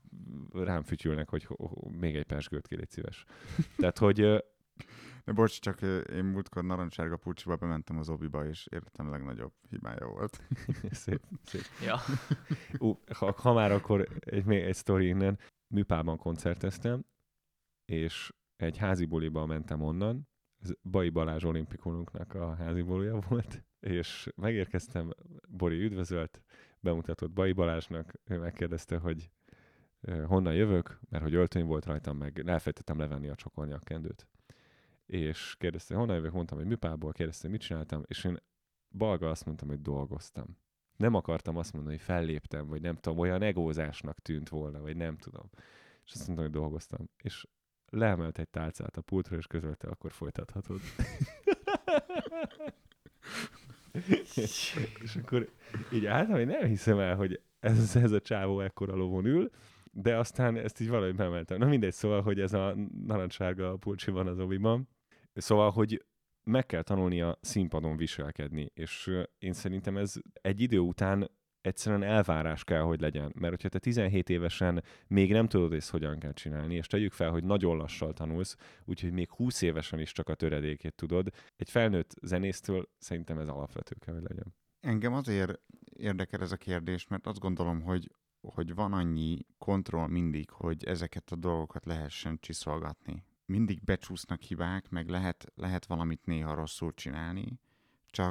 rám fütyülnek, hogy még egy persgőt ki, légy szíves. Tehát, hogy... De bocs, csak én múltkor narancsárga pulcsiba bementem az obiba, és életem legnagyobb hibája volt. szép, szép. Ja. uh, ha, ha már akkor egy, még egy sztori innen. Műpában koncerteztem, és egy házi buliba mentem onnan, ez Bai Balázs olimpikunknak a házi bulija volt, és megérkeztem, Bori üdvözölt, bemutatott Bai Balázsnak, ő megkérdezte, hogy uh, honnan jövök, mert hogy öltöny volt rajtam, meg elfelejtettem levenni a csokornyakkendőt. És kérdezte, honnan jövök, mondtam, hogy műpából, kérdezte, mit csináltam, és én balga azt mondtam, hogy dolgoztam. Nem akartam azt mondani, hogy felléptem, vagy nem tudom, olyan egózásnak tűnt volna, vagy nem tudom. És azt mondtam, hogy dolgoztam. És leemelt egy tálcát a pultra, és közölte, akkor folytathatod. És akkor így álltam, hogy nem hiszem el, hogy ez, ez a csávó ekkora lovon ül, de aztán ezt így valahogy bemeltem. Na mindegy, szóval, hogy ez a narancssárga pulcsi van az obiban. Szóval, hogy meg kell tanulni a színpadon viselkedni, és én szerintem ez egy idő után egyszerűen elvárás kell, hogy legyen. Mert hogyha te tizenhét évesen még nem tudod ezt hogyan kell csinálni, és tegyük fel, hogy nagyon lassan tanulsz, úgyhogy még húsz évesen is csak a töredékét tudod, egy felnőtt zenésztől szerintem ez alapvető kell, hogy legyen. Engem azért érdekel ez a kérdés, mert azt gondolom, hogy, hogy van annyi kontroll mindig, hogy ezeket a dolgokat lehessen csiszolgatni. Mindig becsúsznak hibák, meg lehet, lehet valamit néha rosszul csinálni, csak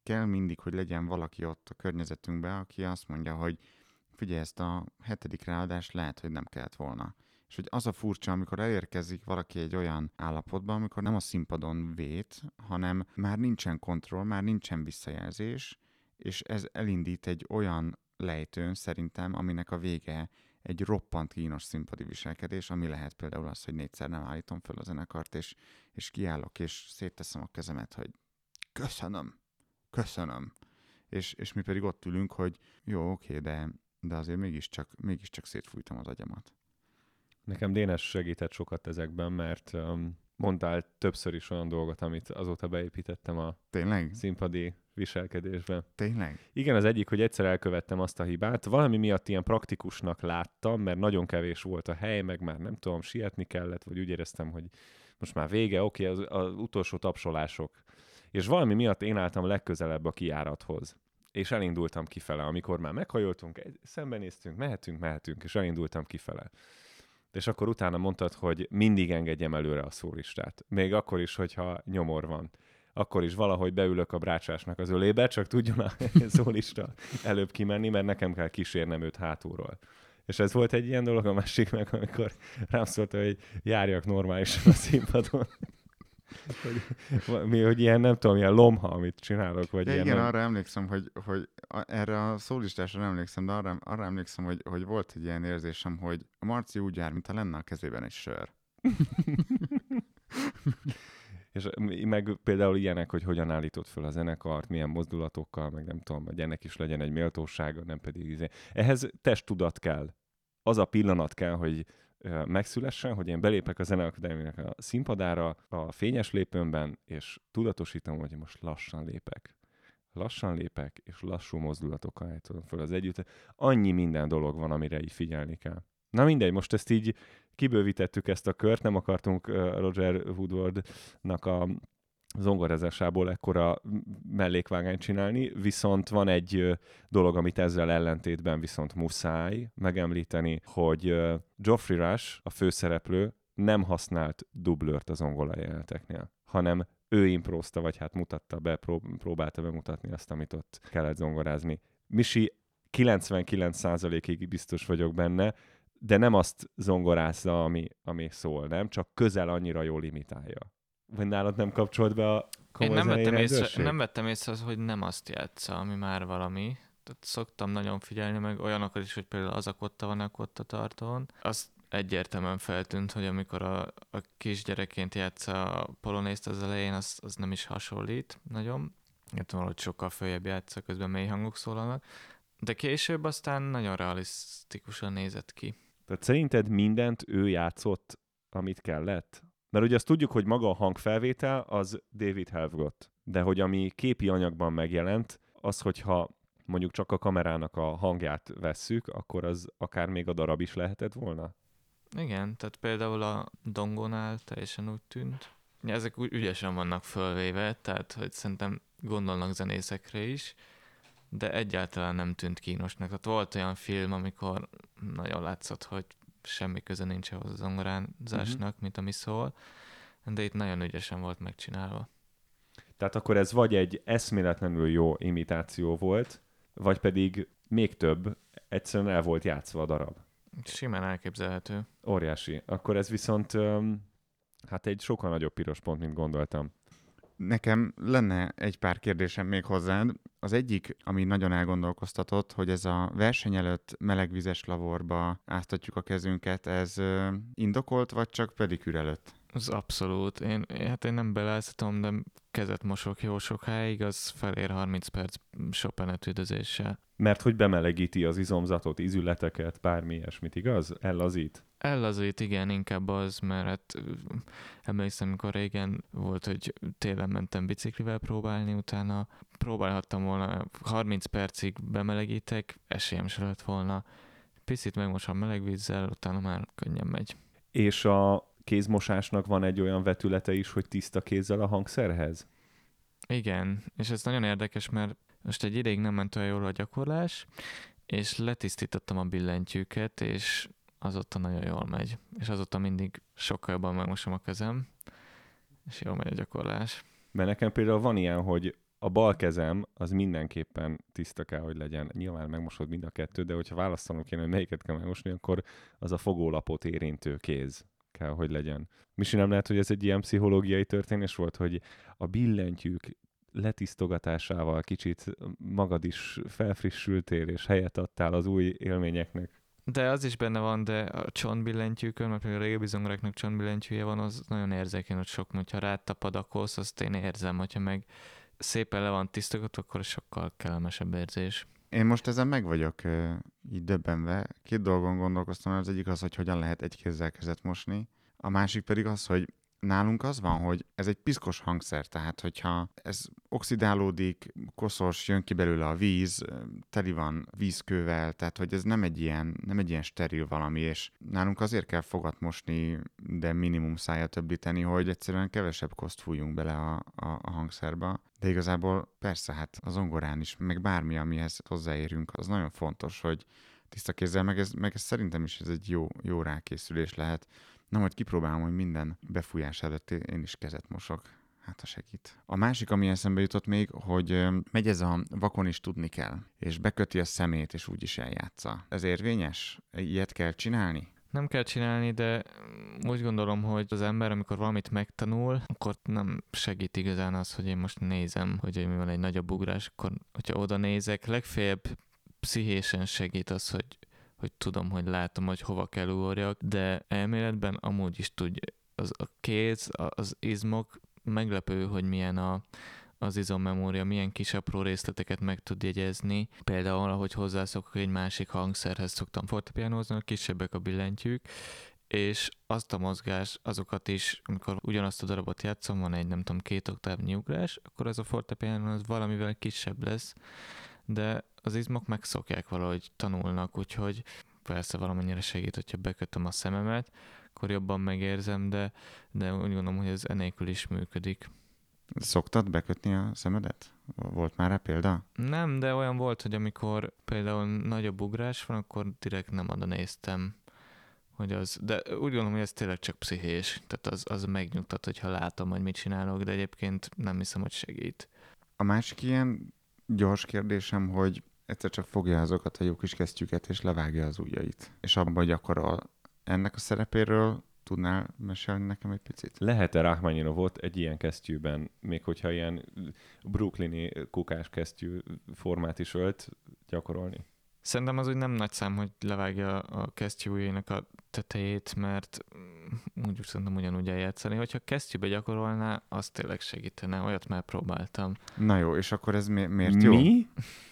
kell mindig, hogy legyen valaki ott a környezetünkben, aki azt mondja, hogy figyelj, ezt a hetedik ráadást lehet, hogy nem kellett volna. És hogy az a furcsa, amikor elérkezik valaki egy olyan állapotba, amikor nem a színpadon vét, hanem már nincsen kontroll, már nincsen visszajelzés, és ez elindít egy olyan lejtőn szerintem, aminek a vége egy roppant kínos színpadi viselkedés, ami lehet például az, hogy négyszer nem állítom fel a zenekart, és, és kiállok, és szétteszem a kezemet, hogy köszönöm, köszönöm. És, és mi pedig ott ülünk, hogy jó, oké, de, de azért mégiscsak, mégiscsak szétfújtam az agyamat. Nekem Dénes segített sokat ezekben, mert um, mondtál többször is olyan dolgot, amit azóta beépítettem a Tényleg? színpadi viselkedésbe. Tényleg? Igen, az egyik, hogy egyszer elkövettem azt a hibát. Valami miatt ilyen praktikusnak láttam, mert nagyon kevés volt a hely, meg már nem tudom, sietni kellett, vagy úgy éreztem, hogy most már vége, oké, az, az utolsó tapsolások. És valami miatt én álltam legközelebb a kijárathoz. És elindultam kifele. Amikor már meghajoltunk, szembenéztünk, mehetünk, mehetünk, és elindultam kifele. És akkor utána mondtad, hogy mindig engedjem előre a szólistát. Még akkor is, hogyha nyomor van. Akkor is valahogy beülök a brácsásnak az ölébe, csak tudjon a szólista előbb kimenni, mert nekem kell kísérnem őt hátulról. És ez volt egy ilyen dolog, a másik meg, amikor rám szólta, hogy járjak normálisan a színpadon. hogy, mi, hogy ilyen, nem tudom, ilyen lomha, amit csinálok. Vagy ja, ilyen igen, nem... arra emlékszem, hogy, hogy a, erre a szólistásra nem emlékszem, de arra, arra emlékszem, hogy, hogy volt egy ilyen érzésem, hogy a Marci úgy jár, mintha lenne a kezében egy sör. És meg például ilyenek, hogy hogyan állított fel a zenekart, milyen mozdulatokkal, meg nem tudom, hogy ennek is legyen egy méltósága, nem pedig izé. Ehhez testtudat kell. Az a pillanat kell, hogy megszülessen, hogy én belépek a Zeneakadémiának a színpadára, a fényes lépőmben, és tudatosítom, hogy most lassan lépek. Lassan lépek, és lassú mozdulatokkal állítom föl az együtt. Annyi minden dolog van, amire így figyelni kell. Na mindegy, most ezt így kibővítettük ezt a kört, nem akartunk Roger Woodwardnak a zongorázásából ekkora mellékvágányt csinálni, viszont van egy dolog, amit ezzel ellentétben viszont muszáj megemlíteni, hogy Geoffrey Rush, a főszereplő, nem használt dublőrt a zongora jeleneteknél, hanem ő imprózta, vagy hát mutatta be, próbálta bemutatni azt, amit ott kellett zongorázni. Misi kilencvenkilenc százalékig biztos vagyok benne, de nem azt zongorázza, ami, ami szól, nem? Csak közel annyira jól imitálja. Vagy nálad nem kapcsolt be a komoly Én nem vettem, észre, rendőrség? nem vettem észre, hogy nem azt játsza, ami már valami. Tehát szoktam nagyon figyelni, meg olyanokat is, hogy például az a kotta van a kotta tartón. Azt egyértelműen feltűnt, hogy amikor a, a kisgyerekként játsza a polonészt az elején, az, az nem is hasonlít nagyon. Hát valahogy sokkal följebb játsza, közben mély hangok szólalnak. De később aztán nagyon realisztikusan nézett ki. Tehát szerinted mindent ő játszott, amit kellett? Mert ugye azt tudjuk, hogy maga a hangfelvétel az David Helfgott. De hogy ami képi anyagban megjelent, az, hogyha mondjuk csak a kamerának a hangját vesszük, akkor az akár még a darab is lehetett volna? Igen, tehát például a Dongónál teljesen úgy tűnt. Ezek úgy ügyesen vannak fölvéve, tehát hogy szerintem gondolnak zenészekre is, de egyáltalán nem tűnt kínosnak. Tehát volt olyan film, amikor nagyon látszott, hogy semmi köze nincs ahhoz a zongorázásnak, uh-huh. mint ami szól, de itt nagyon ügyesen volt megcsinálva. Tehát akkor ez vagy egy eszméletlenül jó imitáció volt, vagy pedig még több, egyszerűen el volt játszva a darab. Simán elképzelhető. Óriási. Akkor ez viszont um, hát egy sokkal nagyobb piros pont, mint gondoltam. Nekem lenne egy pár kérdésem még hozzád. Az egyik, ami nagyon elgondolkoztatott, hogy ez a verseny előtt melegvizes lavorba áztatjuk a kezünket, ez ö, indokolt, vagy csak pedikűr előtt? Az abszolút. Én, hát én nem beláztatom, de kezet mosok jó sokáig, az felér harminc perc Chopin üldözéssel. Mert hogy bemelegíti az izomzatot, ízületeket, bármi ilyesmit, igaz? Ellazít? Ellazít, igen, inkább az, mert hát emlékszem, amikor régen volt, hogy télen mentem biciklivel próbálni, utána próbálhattam volna, harminc percig bemelegítek, esélyem se lett volna. Picit megmosom meleg vízzel, utána már könnyen megy. És a kézmosásnak van egy olyan vetülete is, hogy tiszta kézzel a hangszerhez? Igen, és ez nagyon érdekes, mert most egy ideig nem ment olyan jól a gyakorlás, és letisztítottam a billentyűket, és azóta nagyon jól megy. És azóta mindig sokkal jobban megmosom a kezem, és jól megy a gyakorlás. Mert nekem például van ilyen, hogy a bal kezem az mindenképpen tiszta kell, hogy legyen. Nyilván megmosod mind a kettő, de hogyha választanom kéne, hogy melyiket kell megmosni, akkor az a fogólapot érintő kéz kell, hogy legyen. Misi, nem lehet, hogy ez egy ilyen pszichológiai történés volt, hogy a billentyűk letisztogatásával kicsit magad is felfrissültél, és helyet adtál az új élményeknek. De az is benne van, de a csontbillentyűkön, mert például a régebbi zongoráknak csontbillentyűje van, az nagyon érzékeny, hogy sok, hogyha rátapad a kosz, azt én érzem, hogyha meg szépen le van tisztogatva, akkor sokkal kellemesebb érzés. Én most ezen meg vagyok uh, így döbbenve. Két dolgon gondolkoztam, az egyik az, hogy hogyan lehet egy kézzel kezet mosni, a másik pedig az, hogy nálunk az van, hogy ez egy piszkos hangszer, tehát hogyha ez oxidálódik, koszos, jön ki belőle a víz, teli van vízkővel, tehát hogy ez nem egy ilyen, nem egy ilyen steril valami, és nálunk azért kell fogat mosni, de minimum szájat öblíteni, hogy egyszerűen kevesebb koszt fújjunk bele a, a, a hangszerba. De igazából persze, hát a zongorán is, meg bármi, amihez hozzáérünk, az nagyon fontos, hogy tiszta kézzel, meg ez, meg ez szerintem is ez egy jó, jó rákészülés lehet. Na, majd kipróbálom, hogy minden befújás előtt én is kezet mosok. Hát, ha segít. A másik, ami eszembe jutott még, hogy megy ez a vakon is tudni kell, és beköti a szemét, és úgy is eljátsza. Ez érvényes? Ilyet kell csinálni? Nem kell csinálni, de úgy gondolom, hogy az ember, amikor valamit megtanul, akkor nem segít igazán az, hogy én most nézem, hogy mi van egy nagyobb ugrás, akkor, hogyha oda nézek, legfeljebb pszichésen segít az, hogy hogy tudom, hogy látom, hogy hova kell ugorjak, de elméletben amúgy is tudja, az a kéz, az izmok, meglepő, hogy milyen a, az izommemória, milyen kis apró részleteket meg tud jegyezni. Például, ahogy hozzászokok egy másik hangszerhez szoktam fortepianózni, a kisebbek a billentyűk, és azt a mozgás, azokat is, amikor ugyanazt a darabot játszom, van egy, nem tudom, két oktávnyi ugrás, akkor az a fortepianó az valamivel kisebb lesz, de az izmok megszokják valahogy, tanulnak, úgyhogy persze valamennyire segít, hogyha bekötöm a szememet, akkor jobban megérzem, de, de úgy gondolom, hogy ez enélkül is működik. Szoktad bekötni a szemedet? Volt már rá példa? Nem, de olyan volt, hogy amikor például nagyobb ugrás van, akkor direkt nem oda néztem, hogy az, de úgy gondolom, hogy ez tényleg csak pszichés, tehát az, az megnyugtat, hogyha látom, hogy mit csinálok, de egyébként nem hiszem, hogy segít. A másik ilyen gyors kérdésem, hogy egyszer csak fogja azokat a jó kis kesztyűket, és levágja az ujjait. És abban gyakorol. Ennek a szerepéről tudnál mesélni nekem egy picit? Lehet-e Rachmaninovot egy ilyen kesztyűben, még hogyha ilyen brooklyni kukás kesztyű formát is ölt, gyakorolni? Szerintem az úgy nem nagy szám, hogy levágja a kesztyű ujjainak a tetejét, mert úgy szerintem ugyanúgy eljátszani. Hogyha kesztyűbe gyakorolná, az tényleg segítene. Olyat már próbáltam. Na jó, és akkor ez mi- miért jó? Mi?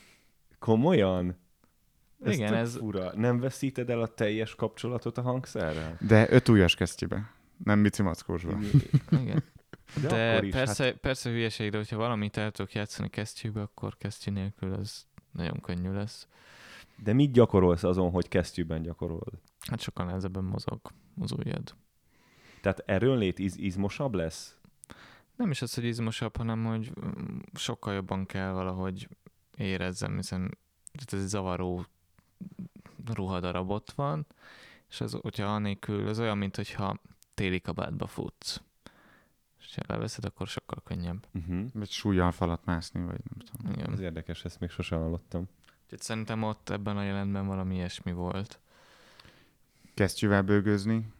Komolyan? Ez Igen, tök ez... fura. Nem veszíted el a teljes kapcsolatot a hangszerrel? De öt ujjas kesztyűbe, nem bici mackósba. Igen. De, De akkor is, persze, hát... persze hülyeség, de hogyha valamit el tudok játszani kesztyűbe, akkor kesztyű nélkül az nagyon könnyű lesz. De mit gyakorolsz azon, hogy kesztyűben gyakorolod? Hát sokkal nehezebben mozog az ujjad. Tehát erőnlét iz- izmosabb lesz? Nem is az, hogy izmosabb, hanem hogy sokkal jobban kell valahogy érezzem, hiszen ez egy zavaró ruhadarab ott van, és az, hogyha anélkül, az olyan, mint hogyha téli kabátba futsz. És ha leveszed, akkor sokkal könnyebb. Uh-huh. Vagy súlyjal falat mászni, vagy nem tudom. Igen. Ez érdekes, ezt még sosem hallottam. Úgyhogy szerintem ott ebben a jelentben valami ilyesmi volt. Kesztyűvel bőgőzni?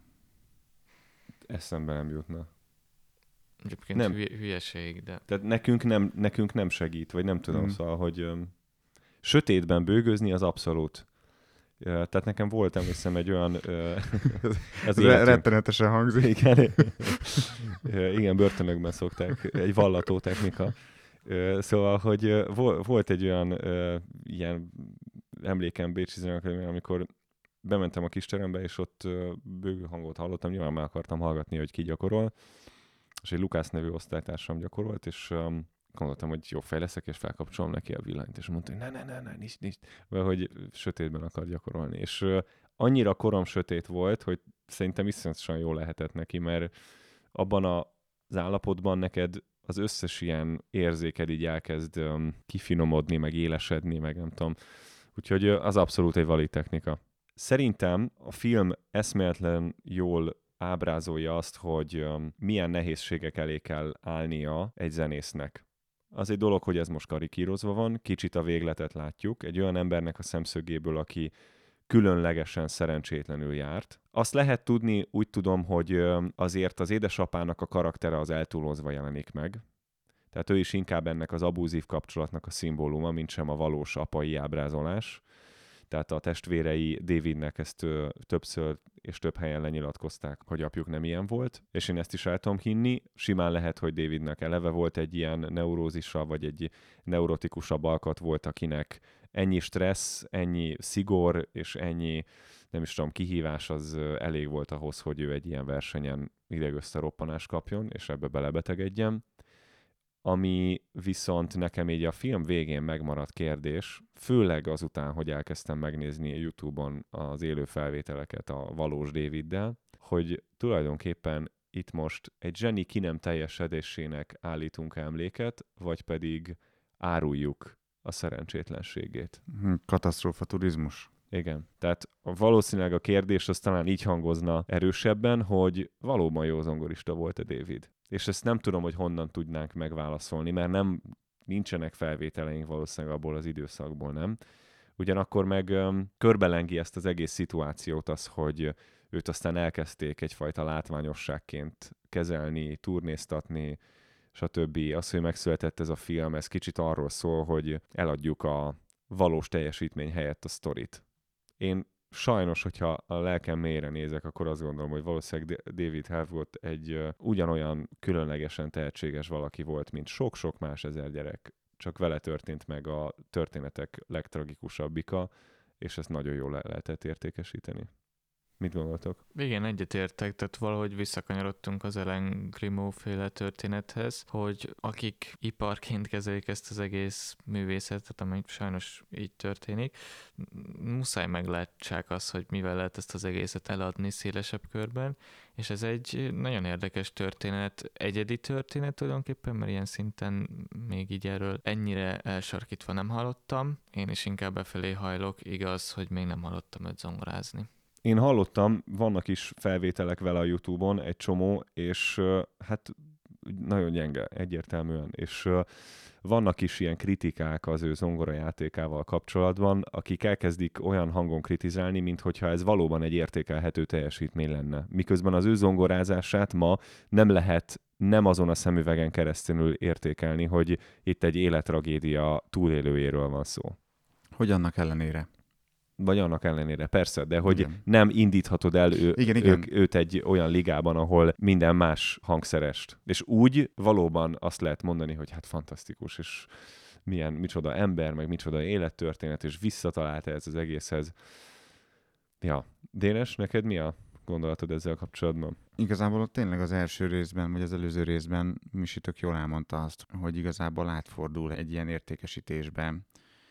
Eszembe nem jutna. Egyébként Nem. hülye, hülyeség, de... Tehát nekünk nem, nekünk nem segít, vagy nem tudom, Mm. szóval, hogy öm, sötétben bőgözni az abszolút. Ö, Tehát nekem volt, emlékszem, egy olyan... Ö, az Re- életünk- rettenetesen hangzik. Igen, Ö, igen, börtönökben szokták, egy vallató technika. Ö, Szóval, hogy ö, vo- volt egy olyan ö, ilyen emlékem Bécsi Zenekar, amikor bementem a kis terembe, és ott ö, bőgő hangot hallottam, nyilván meg akartam hallgatni, hogy ki gyakorol, és egy Lukász nevű osztálytársam gyakorolt, és um, gondoltam, hogy jó fej leszek, és felkapcsolom neki a villanyt, és mondta, hogy ne, ne, ne, ne, nincs, nincs, mert hogy sötétben akar gyakorolni. És uh, annyira korom sötét volt, hogy szerintem iszonyatosan jól lehetett neki, mert abban a, az állapotban neked az összes ilyen érzéked így elkezd um, kifinomodni, meg élesedni, meg nem tudom. Úgyhogy uh, az abszolút egy valid technika. Szerintem a film eszméletlen jól ábrázolja azt, hogy um, milyen nehézségek elé kell állnia egy zenésznek Az egy dolog, hogy ez most karikírozva van, kicsit a végletet látjuk, egy olyan embernek a szemszögéből, aki különlegesen szerencsétlenül járt. Azt lehet tudni, úgy tudom, hogy azért az édesapának a karaktere az eltúlozva jelenik meg. Tehát ő is inkább ennek az abúzív kapcsolatnak a szimbóluma, mint sem a valós apai ábrázolás. Tehát a testvérei Davidnek ezt ö, többször és több helyen lenyilatkozták, hogy apjuk nem ilyen volt, és én ezt is el tudom hinni. Simán lehet, hogy Davidnek eleve volt egy ilyen neurózisa, vagy egy neurotikusabb alkat volt, akinek ennyi stressz, ennyi szigor, és ennyi, nem is tudom, kihívás az elég volt ahhoz, hogy ő egy ilyen versenyen idegösszeroppanást kapjon, és ebbe belebetegedjen. Ami viszont nekem így a film végén megmaradt kérdés, főleg azután, hogy elkezdtem megnézni a YouTube-on az élő felvételeket a valós Daviddel, hogy tulajdonképpen itt most egy zseni ki nem teljesedésének állítunk emléket, vagy pedig áruljuk a szerencsétlenségét. Katasztrófa turizmus. Igen, tehát valószínűleg a kérdés az talán így hangozna erősebben, hogy valóban jó zongorista volt-e David. És ezt nem tudom, hogy honnan tudnánk megválaszolni, mert nem nincsenek felvételeink valószínűleg abból az időszakból, nem? Ugyanakkor meg um, körbelengi ezt az egész szituációt az, hogy őt aztán elkezdték egyfajta látványosságként kezelni, turnéztatni, stb. Az, hogy megszületett ez a film, ez kicsit arról szól, hogy eladjuk a valós teljesítmény helyett a sztorit. Én sajnos, hogyha a lelkem mélyre nézek, akkor azt gondolom, hogy valószínűleg David Hasselhoff egy uh, ugyanolyan különlegesen tehetséges valaki volt, mint sok-sok más ezer gyerek. Csak vele történt meg a történetek legtragikusabbika, és ezt nagyon jól le lehetett értékesíteni. Mit gondoltok? Igen, egyetértek, tehát valahogy visszakanyarodtunk az Ellen Grimmett féle történethez, hogy akik iparként kezelik ezt az egész művészetet, ami sajnos így történik, muszáj meglátsák azt, hogy mivel lehet ezt az egészet eladni szélesebb körben, és ez egy nagyon érdekes történet, egyedi történet tulajdonképpen, mert ilyen szinten még így erről ennyire elsarkítva nem hallottam, én is inkább befelé hajlok, igaz, hogy még nem hallottam őt zongorázni. Én hallottam, vannak is felvételek vele a YouTube-on, egy csomó, és uh, hát nagyon gyenge, egyértelműen, és uh, vannak is ilyen kritikák az ő zongorajátékával kapcsolatban, akik elkezdik olyan hangon kritizálni, minthogyha ez valóban egy értékelhető teljesítmény lenne. Miközben az ő zongorázását ma nem lehet nem azon a szemüvegen keresztül értékelni, hogy itt egy élettragédia túlélőjéről van szó. Hogy annak ellenére? Vagy annak ellenére, persze, de hogy Igen. nem indíthatod el ő, Igen, igen. Ők, őt egy olyan ligában, ahol minden más hangszerest. És úgy valóban azt lehet mondani, hogy hát fantasztikus, és milyen, micsoda ember, meg micsoda élettörténet, és visszatalált ez az egészhez. Ja, Dénes, neked mi a gondolatod ezzel kapcsolatban? Igazából tényleg az első részben, vagy az előző részben Misi tök jól elmondta azt, hogy igazából átfordul egy ilyen értékesítésbe,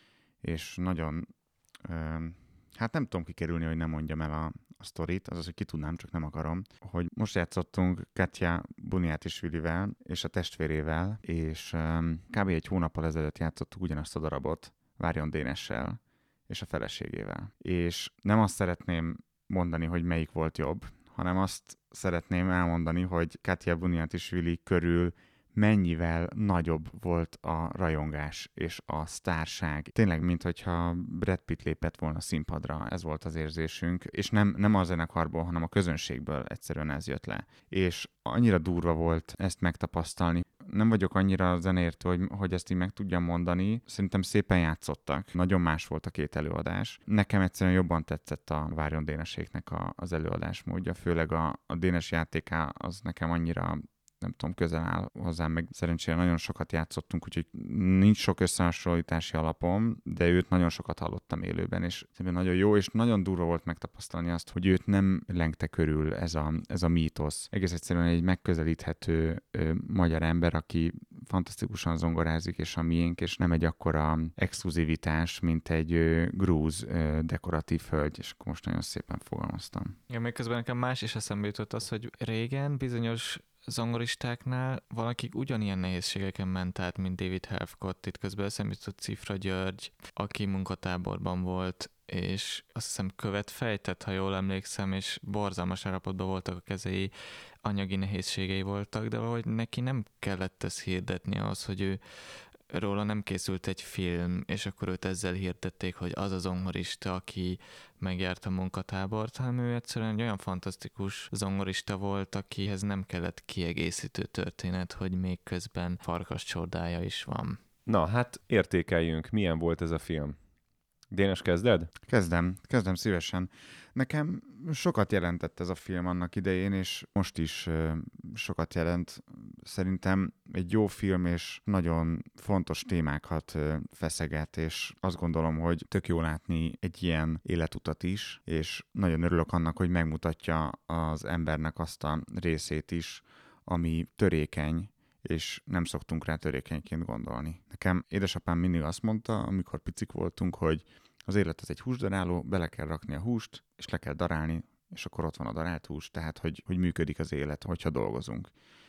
és nagyon... Öm, hát nem tudom kikerülni, hogy nem mondjam el a, a sztorit, azaz, hogy ki tudnám, csak nem akarom, hogy most játszottunk Katja Buniatisvilivel és a testvérével, és um, kb. Egy hónappal ezelőtt játszottuk ugyanazt a darabot Várjon Dénessel és a feleségével. És nem azt szeretném mondani, hogy melyik volt jobb, hanem azt szeretném elmondani, hogy Katja Buniatisvili körül mennyivel nagyobb volt a rajongás és a sztárság. Tényleg, minthogyha Brad Pitt lépett volna a színpadra, ez volt az érzésünk, és nem, nem a zenekarból, hanem a közönségből egyszerűen ez jött le. És annyira durva volt ezt megtapasztalni. Nem vagyok annyira zeneértő, hogy, hogy ezt így meg tudjam mondani. Szerintem szépen játszottak. Nagyon más volt a két előadás. Nekem egyszerűen jobban tetszett a Várjon Déneséknek a, az előadásmódja, főleg a, a Dénes játéká az nekem annyira nem tudom, közel áll hozzám, meg szerencsére nagyon sokat játszottunk, úgyhogy nincs sok összehasonlítási alapom, de őt nagyon sokat hallottam élőben, és szerintem nagyon jó, és nagyon durva volt megtapasztalni azt, hogy őt nem lengte körül ez a, ez a mítosz. Egész egyszerűen egy megközelíthető ö, magyar ember, aki fantasztikusan zongorázik, és a miénk, és nem egy akkora exkluzivitás, mint egy ö, grúz ö, dekoratív hölgy, és akkor most nagyon szépen fogalmaztam. Ja, még közben nekem más is eszembe jutott az, hogy régen bizonyos zongoristáknál valakik ugyanilyen nehézségeken ment át, mint David Hasselhoff. Itt közben eszembe jutott Cifra György, aki munkatáborban volt, és azt hiszem követ fejtett, ha jól emlékszem, és borzalmas állapotban voltak a kezei, anyagi nehézségei voltak, de valahogy neki nem kellett ezt hirdetni ahhoz, hogy ő róla nem készült egy film, és akkor őt ezzel hirdették, hogy az a zongorista, aki megjárta a munkatábort, hanem ő egyszerűen egy olyan fantasztikus zongorista volt, akihez nem kellett kiegészítő történet, hogy még közben farkas csordája is van. Na, hát értékeljünk. Milyen volt ez a film? Dénes, kezded? Kezdem, kezdem szívesen. Nekem sokat jelentett ez a film annak idején, és most is uh, sokat jelent. Szerintem egy jó film, és nagyon fontos témákat uh, feszeget, és azt gondolom, hogy tök jó látni egy ilyen életutat is, és nagyon örülök annak, hogy megmutatja az embernek azt a részét is, ami törékeny, és nem szoktunk rá törékenyként gondolni. Nekem édesapám mindig azt mondta, amikor picik voltunk, hogy az élet az egy húsdaráló, bele kell rakni a húst, és le kell darálni, és akkor ott van a darált hús, tehát hogy, hogy működik az élet, hogyha dolgozunk.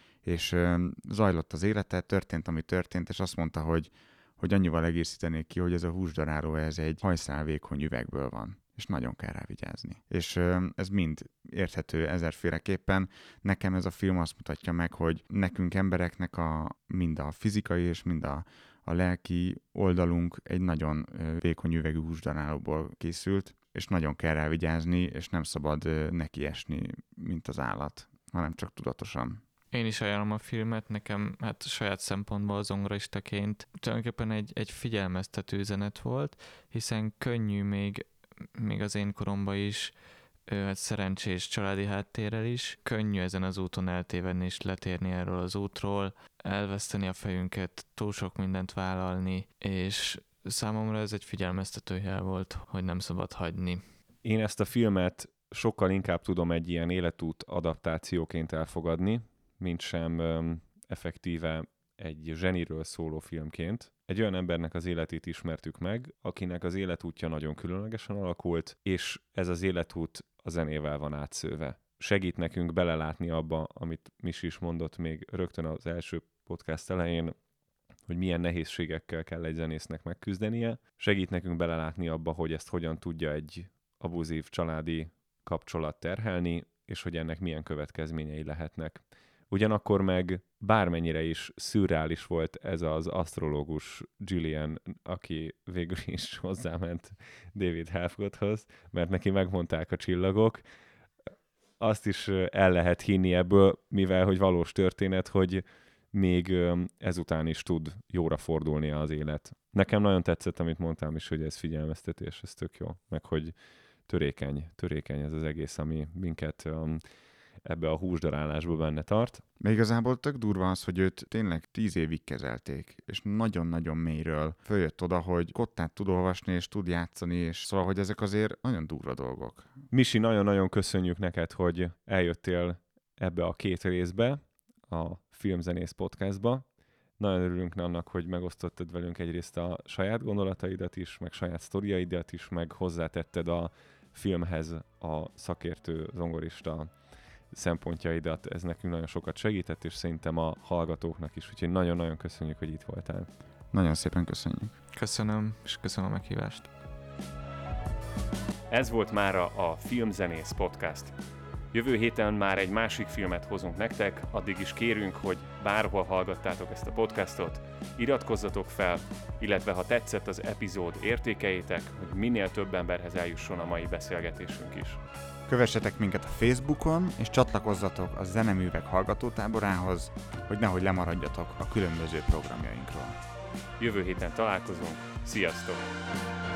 És ö, zajlott az élete, történt, ami történt, és azt mondta, hogy, hogy annyival egészítenék ki, hogy ez a húsdaráló, ez egy hajszálvékony üvegből van, és nagyon kell rá vigyázni. És ö, ez mind érthető ezerféleképpen. Nekem ez a film azt mutatja meg, hogy nekünk embereknek a, mind a fizikai és mind a a lelki oldalunk egy nagyon vékony üvegű húsdarálóból készült, és nagyon kell rá vigyázni, és nem szabad nekiesni, mint az állat, hanem csak tudatosan. Én is ajánlom a filmet, nekem hát saját szempontból zongoristaként tulajdonképpen egy, egy figyelmeztető üzenet volt, hiszen könnyű még, még az én koromban is, hát szerencsés családi háttérrel is, könnyű ezen az úton eltévedni és letérni erről az útról, elveszteni a fejünket, túl sok mindent vállalni, és számomra ez egy figyelmeztető jel volt, hogy nem szabad hagyni. Én ezt a filmet sokkal inkább tudom egy ilyen életút adaptációként elfogadni, mint sem um, effektíve egy zseniről szóló filmként. Egy olyan embernek az életét ismertük meg, akinek az életútja nagyon különlegesen alakult, és ez az életút a zenével van átszőve. Segít nekünk belelátni abba, amit Misi is mondott még rögtön az első podcast elején, hogy milyen nehézségekkel kell egy zenésznek megküzdenie. Segít nekünk belelátni abba, hogy ezt hogyan tudja egy abuzív családi kapcsolat terhelni, és hogy ennek milyen következményei lehetnek. Ugyanakkor meg bármennyire is szürreális volt ez az asztrológus Gillian, aki végül is hozzáment David Helfgotthoz, mert neki megmondták a csillagok, azt is el lehet hinni ebből, mivel hogy valós történet, hogy még ezután is tud jóra fordulni az élet. Nekem nagyon tetszett, amit mondtam is, hogy ez figyelmeztetés, ez tök jó, meg hogy törékeny, törékeny ez az egész, ami minket um, ebbe a húsdarálásba benne tart. De igazából tök durva az, hogy őt tényleg tíz évig kezelték, és nagyon-nagyon mélyről följött oda, hogy kottát tud olvasni, és tud játszani, és szóval, hogy ezek azért nagyon durva dolgok. Misi, nagyon-nagyon köszönjük neked, hogy eljöttél ebbe a két részbe, a Filmzenész podcastba. Nagyon örülünk annak, hogy megosztottad velünk egyrészt a saját gondolataidat is, meg saját sztoriaidat is, meg hozzátetted a filmhez a szakértő zongorista szempontjaidat. Ez nekünk nagyon sokat segített, és szerintem a hallgatóknak is. Úgyhogy nagyon-nagyon köszönjük, hogy itt voltál. Nagyon szépen köszönjük. Köszönöm, és köszönöm a meghívást. Ez volt mára a Filmzenész podcast. Jövő héten már egy másik filmet hozunk nektek, addig is kérünk, hogy bárhol hallgattátok ezt a podcastot, iratkozzatok fel, illetve ha tetszett az epizód, értékeljétek, hogy minél több emberhez eljusson a mai beszélgetésünk is. Kövessetek minket a Facebookon, és csatlakozzatok a Zeneművek hallgatótáborához, hogy nehogy lemaradjatok a különböző programjainkról. Jövő héten találkozunk, sziasztok!